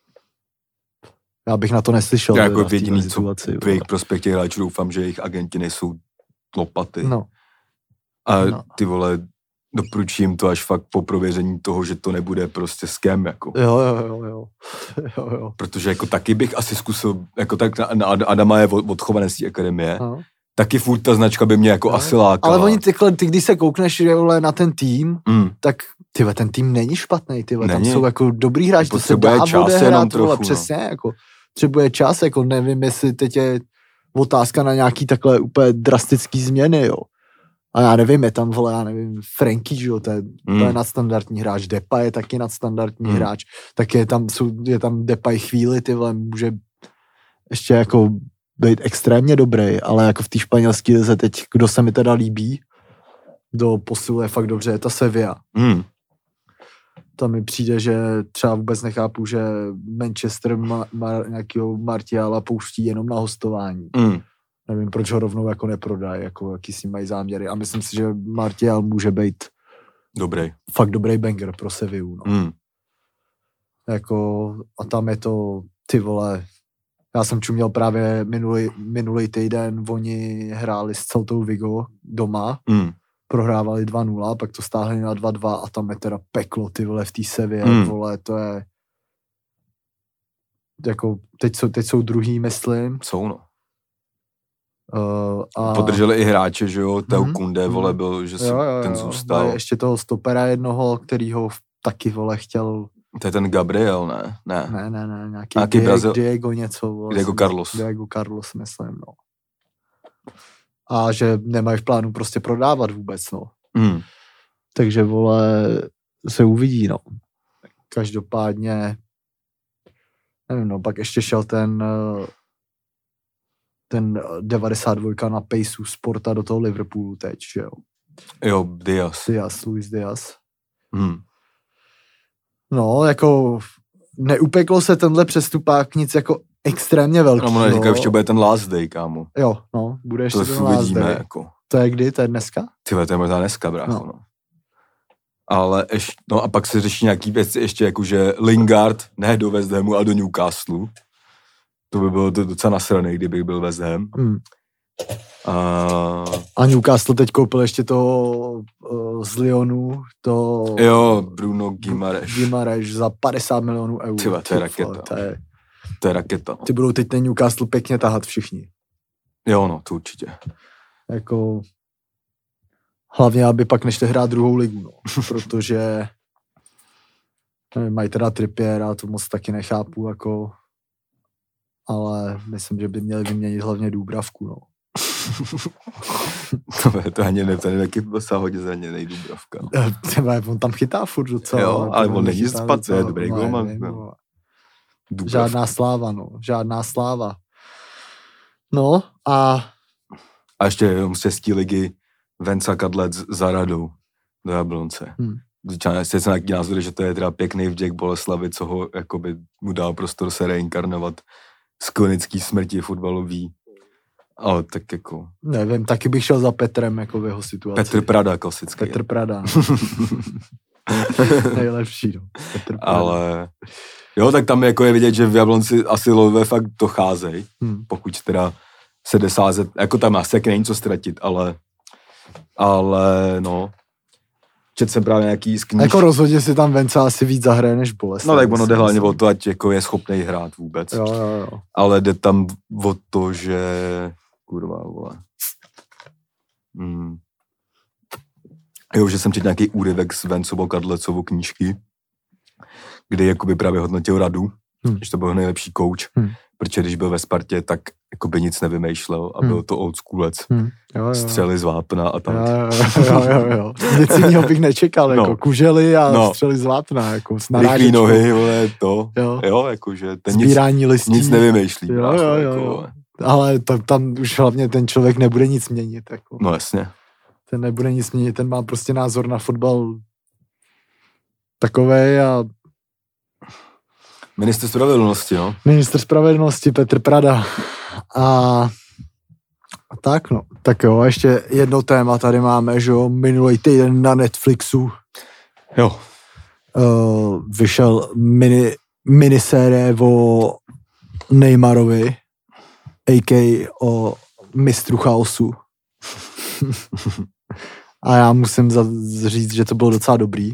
já bych na to neslyšel. Já jako jediný, co v jejich prospektě hráčů doufám, že jejich agenti nejsou lopaty. No. A ty vole, doporučím to až fakt po prověření toho, že to nebude prostě scam, jako. Jo. Protože jako taky bych asi zkusil, jako tak Adama je odchované z té akademie, taky furt ta značka by mě jako asi lákala. Ale oni ty když se koukneš na ten tým, tak tyhle, ten tým není špatný, tyhle, tam jsou jako dobrý hráči, to se dá odehrát, přesně, jako potřebuje čas, jako nevím, jestli teď je otázka na nějaký takhle úplně drastický změny, jo. A já nevím, je tam, vole, já nevím, Franky, že jo, to je nadstandardní hráč, Depay je taky nadstandardní hráč, tak je tam Depay chvíli, ty vole, může ještě jako být extrémně dobrý, ale jako v té španělské lize teď, kdo se mi teda líbí, kdo posiluje fakt dobře, je ta Sevilla. Tam mi přijde, že třeba vůbec nechápu, že Manchester nějakého Martiala pouští jenom na hostování. Nevím, proč ho rovnou jako neprodají, jako jaký s ním mají záměry. A myslím si, že Martial může být fakt dobrý banger pro Sevillu. No. Jako, a tam je to, ty vole, já jsem čuměl právě minulý týden, oni hráli s Celtou Vigo doma, prohrávali 2-0, pak to stáhli na 2-2 a tam je teda peklo, ty vole, v té Sevě, vole, to je jako, teď jsou druhý, myslím. Jsou, no. Podrželi i hráče, že jo, Teo Kunde, vole, byl, že si ten zůstal. Ještě toho stopera jednoho, kterýho taky, vole, chtěl. To je ten Gabriel, ne? Ne, nějaký Diego něco. Vole, Diego Carlos, myslím, no. A že nemají v plánu prostě prodávat vůbec, no. Takže, vole, se uvidí, no. Každopádně, nevím, no, pak ještě šel ten 92 na Paceu Sporta do toho Liverpoolu teď, že jo. Jo, Luis Diaz. No, jako neupeklo se tenhle přestupák nic jako extrémně velký. No, říkají, ještě bude ten last day, kámo. Jo, no, bude ještě ten last day. Jako. To je kdy? To je dneska? Tyhle, to je možná dneska, brácho, no. Ale ještě, no a pak se řeší nějaký věci ještě, jakože Lingard ne do West Hamu, ale do Newcastle. To by bylo docela nasraný, kdybych byl West Ham. A Newcastle teď koupil ještě toho z Lyonu, Jo, Bruno Guimaraes za 50 milionů eur. Tyhle, to je raketa. To je raketa. No. Ty budou teď ten Newcastle pěkně tahat všichni. Jo, no, to určitě. Jako hlavně, aby pak nešli hrát druhou ligu, no. Protože nevím, mají teda Trippiera, to moc taky nechápu, jako, ale myslím, že by měli vyměnit hlavně Dúbravku, no. to ani ne, to je taky docela hodně zraněnej Dúbravka. Třeba on tam chytá furt docela. Jo, ale on není spad, je dobrý golman. No. Žádná sláva, no. Žádná sláva. No a ještě jenom z české ligy Venca Kadlec za Radou do Jablonce. Sice jsem nějaký názor, že to je teda pěkný vděk Boleslavi, co ho jakoby mu dal prostor se reinkarnovat z klinický smrti fotbalový. Ale tak jako... Nevím, taky bych šel za Petrem jako v jeho situaci. Petr Prada klasický. Petr Prada. Nejlepší, no. Petr Prada. Ale... Jo, tak tam jako je vidět, že v Jablonci asi Lové fakt docházejí, pokud teda se jde sázet, jako tam asi není co ztratit, ale no, četl jsem právě nějaký z kníž. Jako rozhodně si tam Venca asi víc zahraje než Boleslav. No tak ono jde hlavně o to, ať jako je schopnej hrát vůbec. Jo. Ale jde tam o to, že kurva, vole. Jo, že jsem četl nějaký úryvek z Vencovou Kadlecovou knížky, kdy jakoby právě hodnotil Radu, že to byl nejlepší coach, protože když byl ve Spartě, tak jakoby nic nevymýšlel a byl to old schoolec. Střely z vápna a tak. Jo. Nic jiného bych nečekal, jako kužely a střely z vápna, jako s narážečkou. Rychlý nohy, vole, to. Jo, jakože ten sbírání listí. Nic nevymýšlí. Jo. Jako, ale tam už hlavně ten člověk nebude nic měnit. Jako. No jasně. Ten nebude nic měnit, ten má prostě názor na fotbal takovej a Ministr spravedlnosti, no. Ministr spravedlnosti Petr Prada. A tak, no. Tak jo, ještě jedno téma tady máme, že jo, minulý týden na Netflixu. Jo. Vyšel minisérie o Neymarovi, a.k.a. o mistru chaosu. A já musím říct, že to bylo docela dobrý.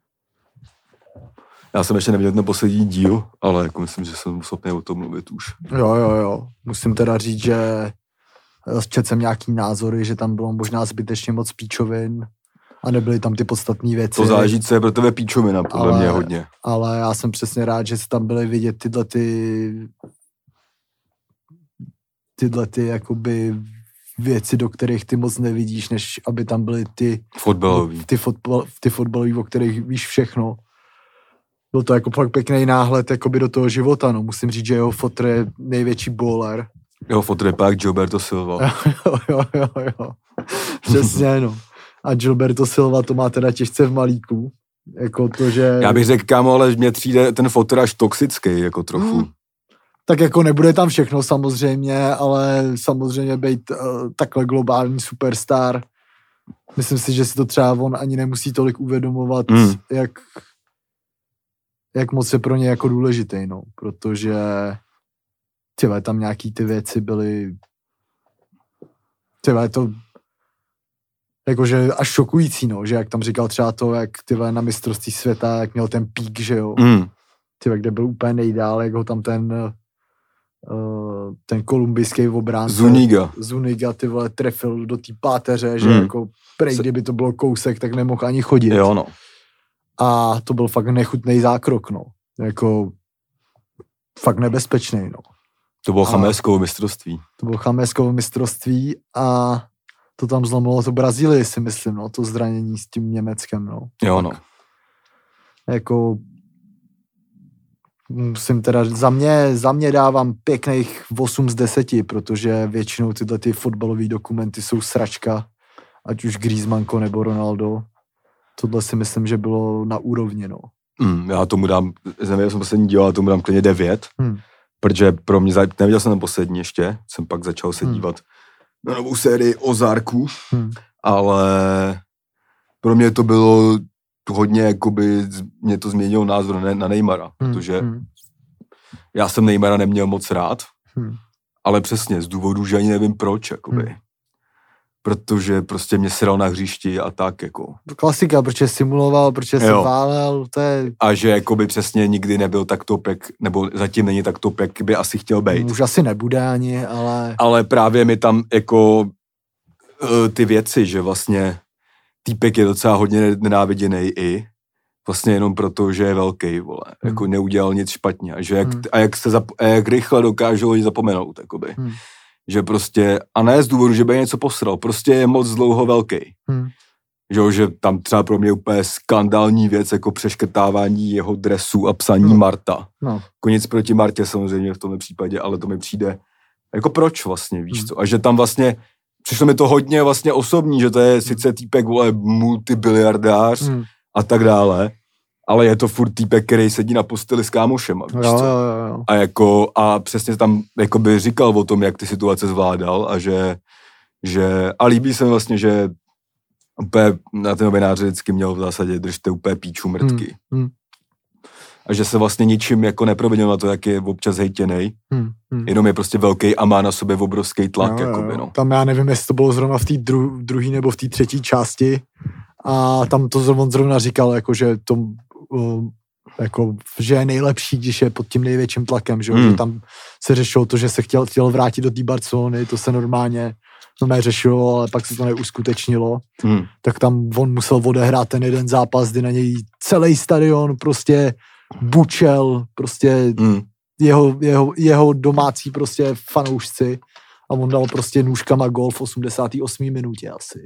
Já jsem ještě neviděl ten poslední díl, ale jako myslím, že jsem schopný o tom mluvit už. Jo. Musím teda říct, že četl jsem nějaký názory, že tam bylo možná zbytečně moc píčovin a nebyly tam ty podstatné věci. To záleží, co je pro tebe píčovina, podle mě hodně. Ale já jsem přesně rád, že tam byly vidět tyhle ty jakoby věci, do kterých ty moc nevidíš, než aby tam byly ty fotbalový, o kterých víš všechno. Byl to jako fakt pěkný náhled jakoby do toho života, no. Musím říct, že jeho fotr je největší bowler. Jeho fotr je pak Gilberto Silva. Jo. Přesně, no. A Gilberto Silva to má teda těžce v malíku. Jako to, že... Já bych řekl, kámo, ale mě přijde ten fotr až toxický, jako trochu. Tak jako nebude tam všechno samozřejmě, ale samozřejmě být takhle globální superstar. Myslím si, že si to třeba on ani nemusí tolik uvědomovat, jak moc je pro ně jako důležitý, no. Protože tyhle, tam nějaký ty věci byly tyhle, to jakože až šokující, no, že jak tam říkal třeba to, jak tyhle na mistrovství světa, jak měl ten pík, že jo. Tyhle, kde byl úplně nejdál, jak ho tam ten kolumbijský obránce Zuniga ty vole trefil do té páteře, že jako prej, kdyby to bylo kousek, tak nemohl ani chodit. Jo, no. A to byl fakt nechutný zákrok, no. Jako fakt nebezpečný, no. To bylo Chaméskovo mistrovství. To bylo Chaméskovo mistrovství a to tam zlomilo to Brazílii, si myslím, no, to zranění s tím Německem, no. Jo, no. Jako musím teda, za mě dávám pěkných 8 z 10, protože většinou tyhle ty fotbalové dokumenty jsou sračka, ať už Griezmannko nebo Ronaldo. Tohle si myslím, že bylo na úrovni, no. Já tomu dám, jsem poslední díl, ale tomu dám klidně 9, protože pro mě, neviděl jsem ten poslední ještě, jsem pak začal se dívat na novou sérii Ozarků, ale pro mě to bylo hodně, jakoby, mě to změnilo názor na Neymara, protože já jsem Neymara neměl moc rád, ale přesně z důvodu, že ani nevím proč, jakoby. Protože prostě mě sral na hřišti a tak, jako. Klasika, protože simuloval, protože se válel, to je... A že jakoby přesně nikdy nebyl tak top, nebo zatím není tak top, jak by asi chtěl být. Už asi nebude ani, ale... Ale právě mi tam jako ty věci, že vlastně týpek je docela hodně nenáviděnej i vlastně jenom proto, že je velký, vole. Jako neudělal nic špatně. A, že jak rychle dokážou lidi zapomenout, jakoby. Že prostě, a ne z důvodu, že by něco posral, prostě je moc dlouho velký. Že tam třeba pro mě úplně skandální věc, jako přeškrtávání jeho dresu a psaní Marta. Jako nic proti Martě samozřejmě v tomhle případě, ale to mi přijde, jako proč vlastně, víš co? A že tam vlastně, přišlo mi to hodně vlastně osobní, že to je sice týpek, vole, multibiliardář a tak dále, ale je to furt týpek, který sedí na posteli s kámošema, víš co? Jo. A přesně tam jakoby říkal o tom, jak ty situace zvládal a a líbí se mi vlastně, že úplně na ten novináře vždycky měl v zásadě držte úplně píču mrtky. A že se vlastně ničím jako neprovinil na to, jak je občas hejtěnej, jenom je prostě velký a má na sobě obrovský tlak. Jakoby, no. Tam já nevím, jestli to bylo zrovna v té druhé nebo v té třetí části a tam to on zrovna říkal, jako, že to jako, že je nejlepší, když je pod tím největším tlakem, že tam se řešilo to, že se chtěl vrátit do té Barcelony, to se normálně řešilo, ale pak se to neuskutečnilo, tak tam on musel odehrát ten jeden zápas, kdy na něj celý stadion prostě bučel, prostě jeho domácí prostě fanoušci a on dal prostě nůžkama gól v 88. minutě asi.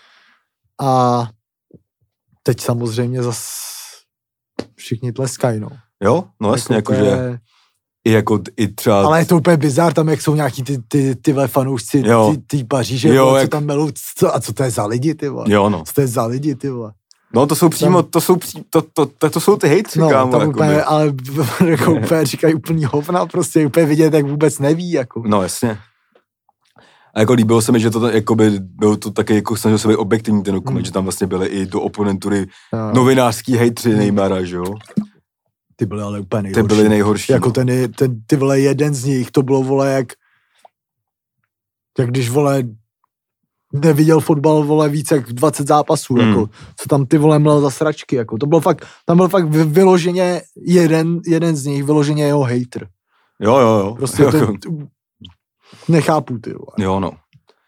A teď samozřejmě zas všichni tleskají, no. Jo, no jasně, jakože i třeba... Ale je to úplně bizár, tam jak jsou nějaký tyhle fanoušci, ty Paříže, co tam melou, co to je za lidi, ty vole? Jo, no. Co to je za lidi, ty vole? No to jsou přímo, to jsou ty hejtři, kámo. Tam úplně, ale jako úplně říkají úplný hovna, prostě úplně vidět, jak vůbec neví, jako. No jasně. A jako líbilo se mi, že to jakoby, bylo to taky, jako snažil se být objektivní ten dokument, že tam vlastně byly i do oponentury novinářský hejtři Neymara, že jo? Ty byly ale úplně nejhorší. Ty byly nejhorší, jako ty vole, jeden z nich, to bylo, vole, jak když, vole, neviděl fotbal, vole, víc jak 20 zápasů, jako, co tam ty, vole, mlel za sračky, jako, tam byl fakt vyloženě jeden z nich, vyloženě jeho hejtr. Jo. Prostě to nechápu, ty, vole. Jo, no.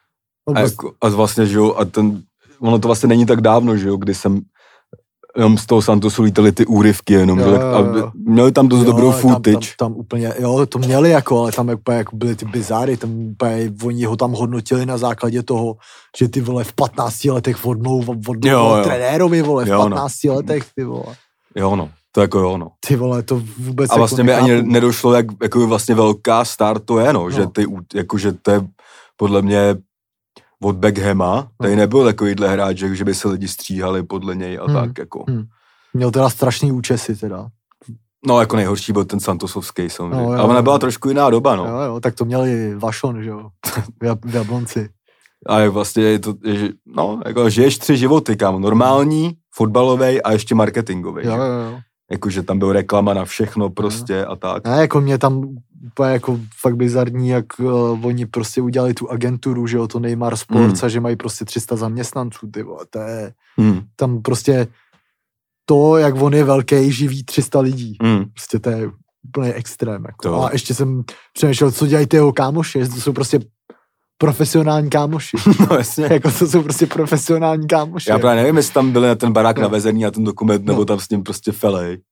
A vlastně, že jo, ono to vlastně není tak dávno, že jo, kdy jsem jenom z toho Santosu lítali ty úryvky jenom, a měli tam dost dobrou footage. Tam úplně, to měli jako, ale tam úplně jako byly ty bizáry, tam úplně, oni ho tam hodnotili na základě toho, že ty, vole, v 15 letech vodnou trenérovi, vole, v 15 letech, ty, vole. Jo, no, to jako jo, no. Ty, vole, to vůbec a vlastně jako mi ani nedošlo, jak jako vlastně velká star to je, no, že že to je podle mě od Beckhama, tady nebyl takovýhle hráč, že by se lidi stříhali podle něj a tak, jako. Měl teda strašný účesy, teda. No, jako nejhorší byl ten Santosovský samozřejmě. No, jo, ale ona jo. byla trošku jiná doba, no. Jo, tak to měli Vašon, že jo, v Jablonci. A jak vlastně je to, no, jako žiješ 3 životy, kámo. Normální, fotbalovej a ještě marketingový. Jo. Jakože tam byl reklama na všechno prostě a tak. Ne, jako mě tam úplně jako fakt bizarní, jak oni prostě udělali tu agenturu, že jo, to Neymar Sports a že mají prostě 300 zaměstnanců, ty vole, to je, tam prostě to, jak on je velký, živí 300 lidí. Prostě to je úplně extrém. Jako. To. A ještě jsem přemýšlel, co dělají ty jeho kámoši, to jsou prostě profesionální kámoši. No jasně. Jako to jsou prostě profesionální kámoši. Já právě nevím, jestli tam byli na ten barák navezený na ten dokument, nebo tam s ním prostě felej.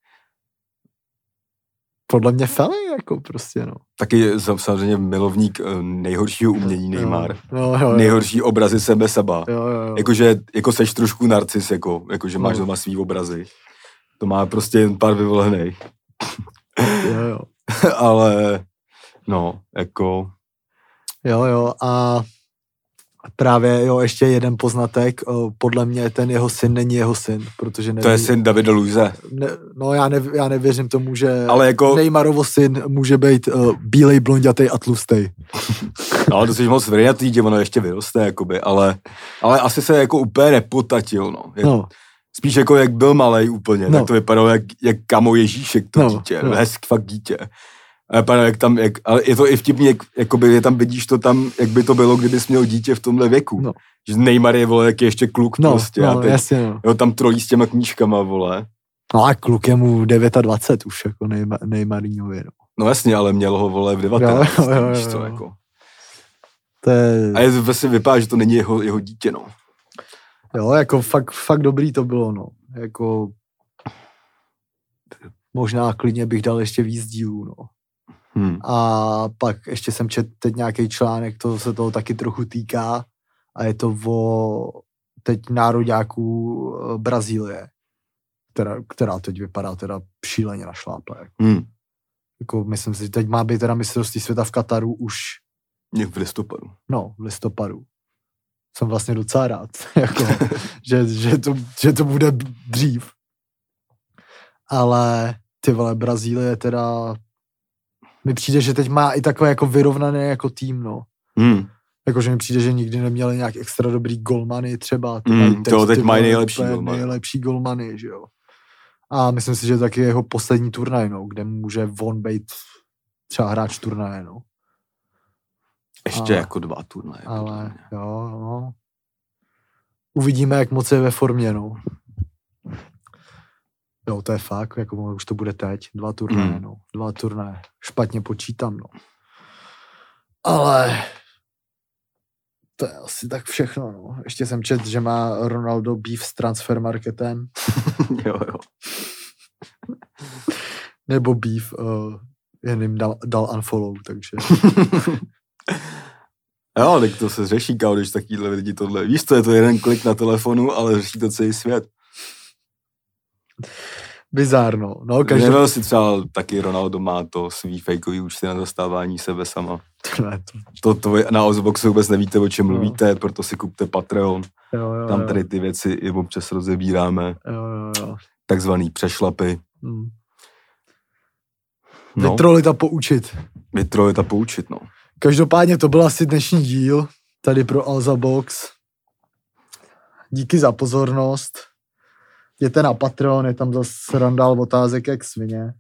Podle mě felej, jako prostě, no. Taky samozřejmě milovník nejhoršího umění Neymar. Jo. Nejhorší obrazy seba. Jo. Jakože jako seš trošku narcis, jakože máš doma svý obrazy. To má prostě jen pár vyvolenej. Jo. Ale, no, jako... Jo, a právě, jo, ještě jeden poznatek, podle mě ten jeho syn není jeho syn, protože to je syn Davida Luise. No já nevěřím tomu, že ale jako... Neymarovo syn může být bílej, blondětej a tlustej. No, to jsi moc vrjatý, že ono ještě vyroste, jakoby, ale asi se jako úplně nepotatil, no. Spíš jako jak byl malej úplně, tak to vypadalo jak Kamo Ježíšek, to dítě, hezk fakt dítě. Pane, ale je to i vtipný, jakoby je tam vidíš to tam, jak by to bylo, kdybys měl dítě v tomhle věku. No. Že Neymar je, vole, jak je ještě kluk prostě. No, jasně, no. Jo, tam trojí s těma knížkama, vole. No a kluk je mu 29 už, jako Neymarinhovi, no. No jasně, ale měl ho, vole, v 19. Jo. Víš co, jako. To je... A vlastně vypadá, že to není jeho dítě, no. Jo, jako fakt dobrý to bylo, no. Jako... Možná klidně bych dal ještě víc dílů, no. A pak ještě jsem četl teď nějaký článek, to se toho taky trochu týká a je to o teď nároďáků Brazílie, která teď vypadá teda šíleně našláple. Jako myslím si, že teď má být teda mistrovství světa v Kataru už v listopadu. No, v listopadu. Jsem vlastně docela rád, jako, že to bude dřív. Ale ty vole, Brazílie teda mi přijde, že teď má i takové jako vyrovnané jako tým, no. Jakože mi přijde, že nikdy neměli nějak extra dobrý golmany třeba. Teď mají nejlepší golmany, že jo. A myslím si, že taky jeho poslední turnaj, no, kde může on být třeba hráč turnaje, no. Ještě jako 2 turnaje. Ale jo, no. Uvidíme, jak moc je ve formě, no. Jo, to je fakt, jako už to bude teď. 2 turnaje, no. 2 turnaje. Špatně počítám, no. Ale to je asi tak všechno, no. Ještě jsem četl, že má Ronaldo beef s transfermarketem. jo. Nebo beef, jen jim dal unfollow, takže... Jo, tak to se řeší, když takovýhle lidi tohle. Víš, to je to jeden klik na telefonu, ale řeší to celý svět. Bizárno. No, Nevěl si třeba taky Ronaldo má to svý fejkový účty na zastávání sebe sama. To na Ozboxu vůbec nevíte, o čem mluvíte, proto si kupte Patreon. Jo. Tam tady ty věci i občas rozebíráme. Jo. Takzvaný přešlapy. No. Vytrolita poučit, no. Každopádně to byl asi dnešní díl tady pro Alza Box. Díky za pozornost. Jděte na Patreon, je tam zase randál otázek jak svině.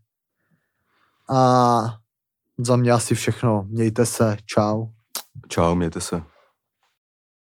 A za mě asi všechno. Mějte se. Čau. Čau, mějte se.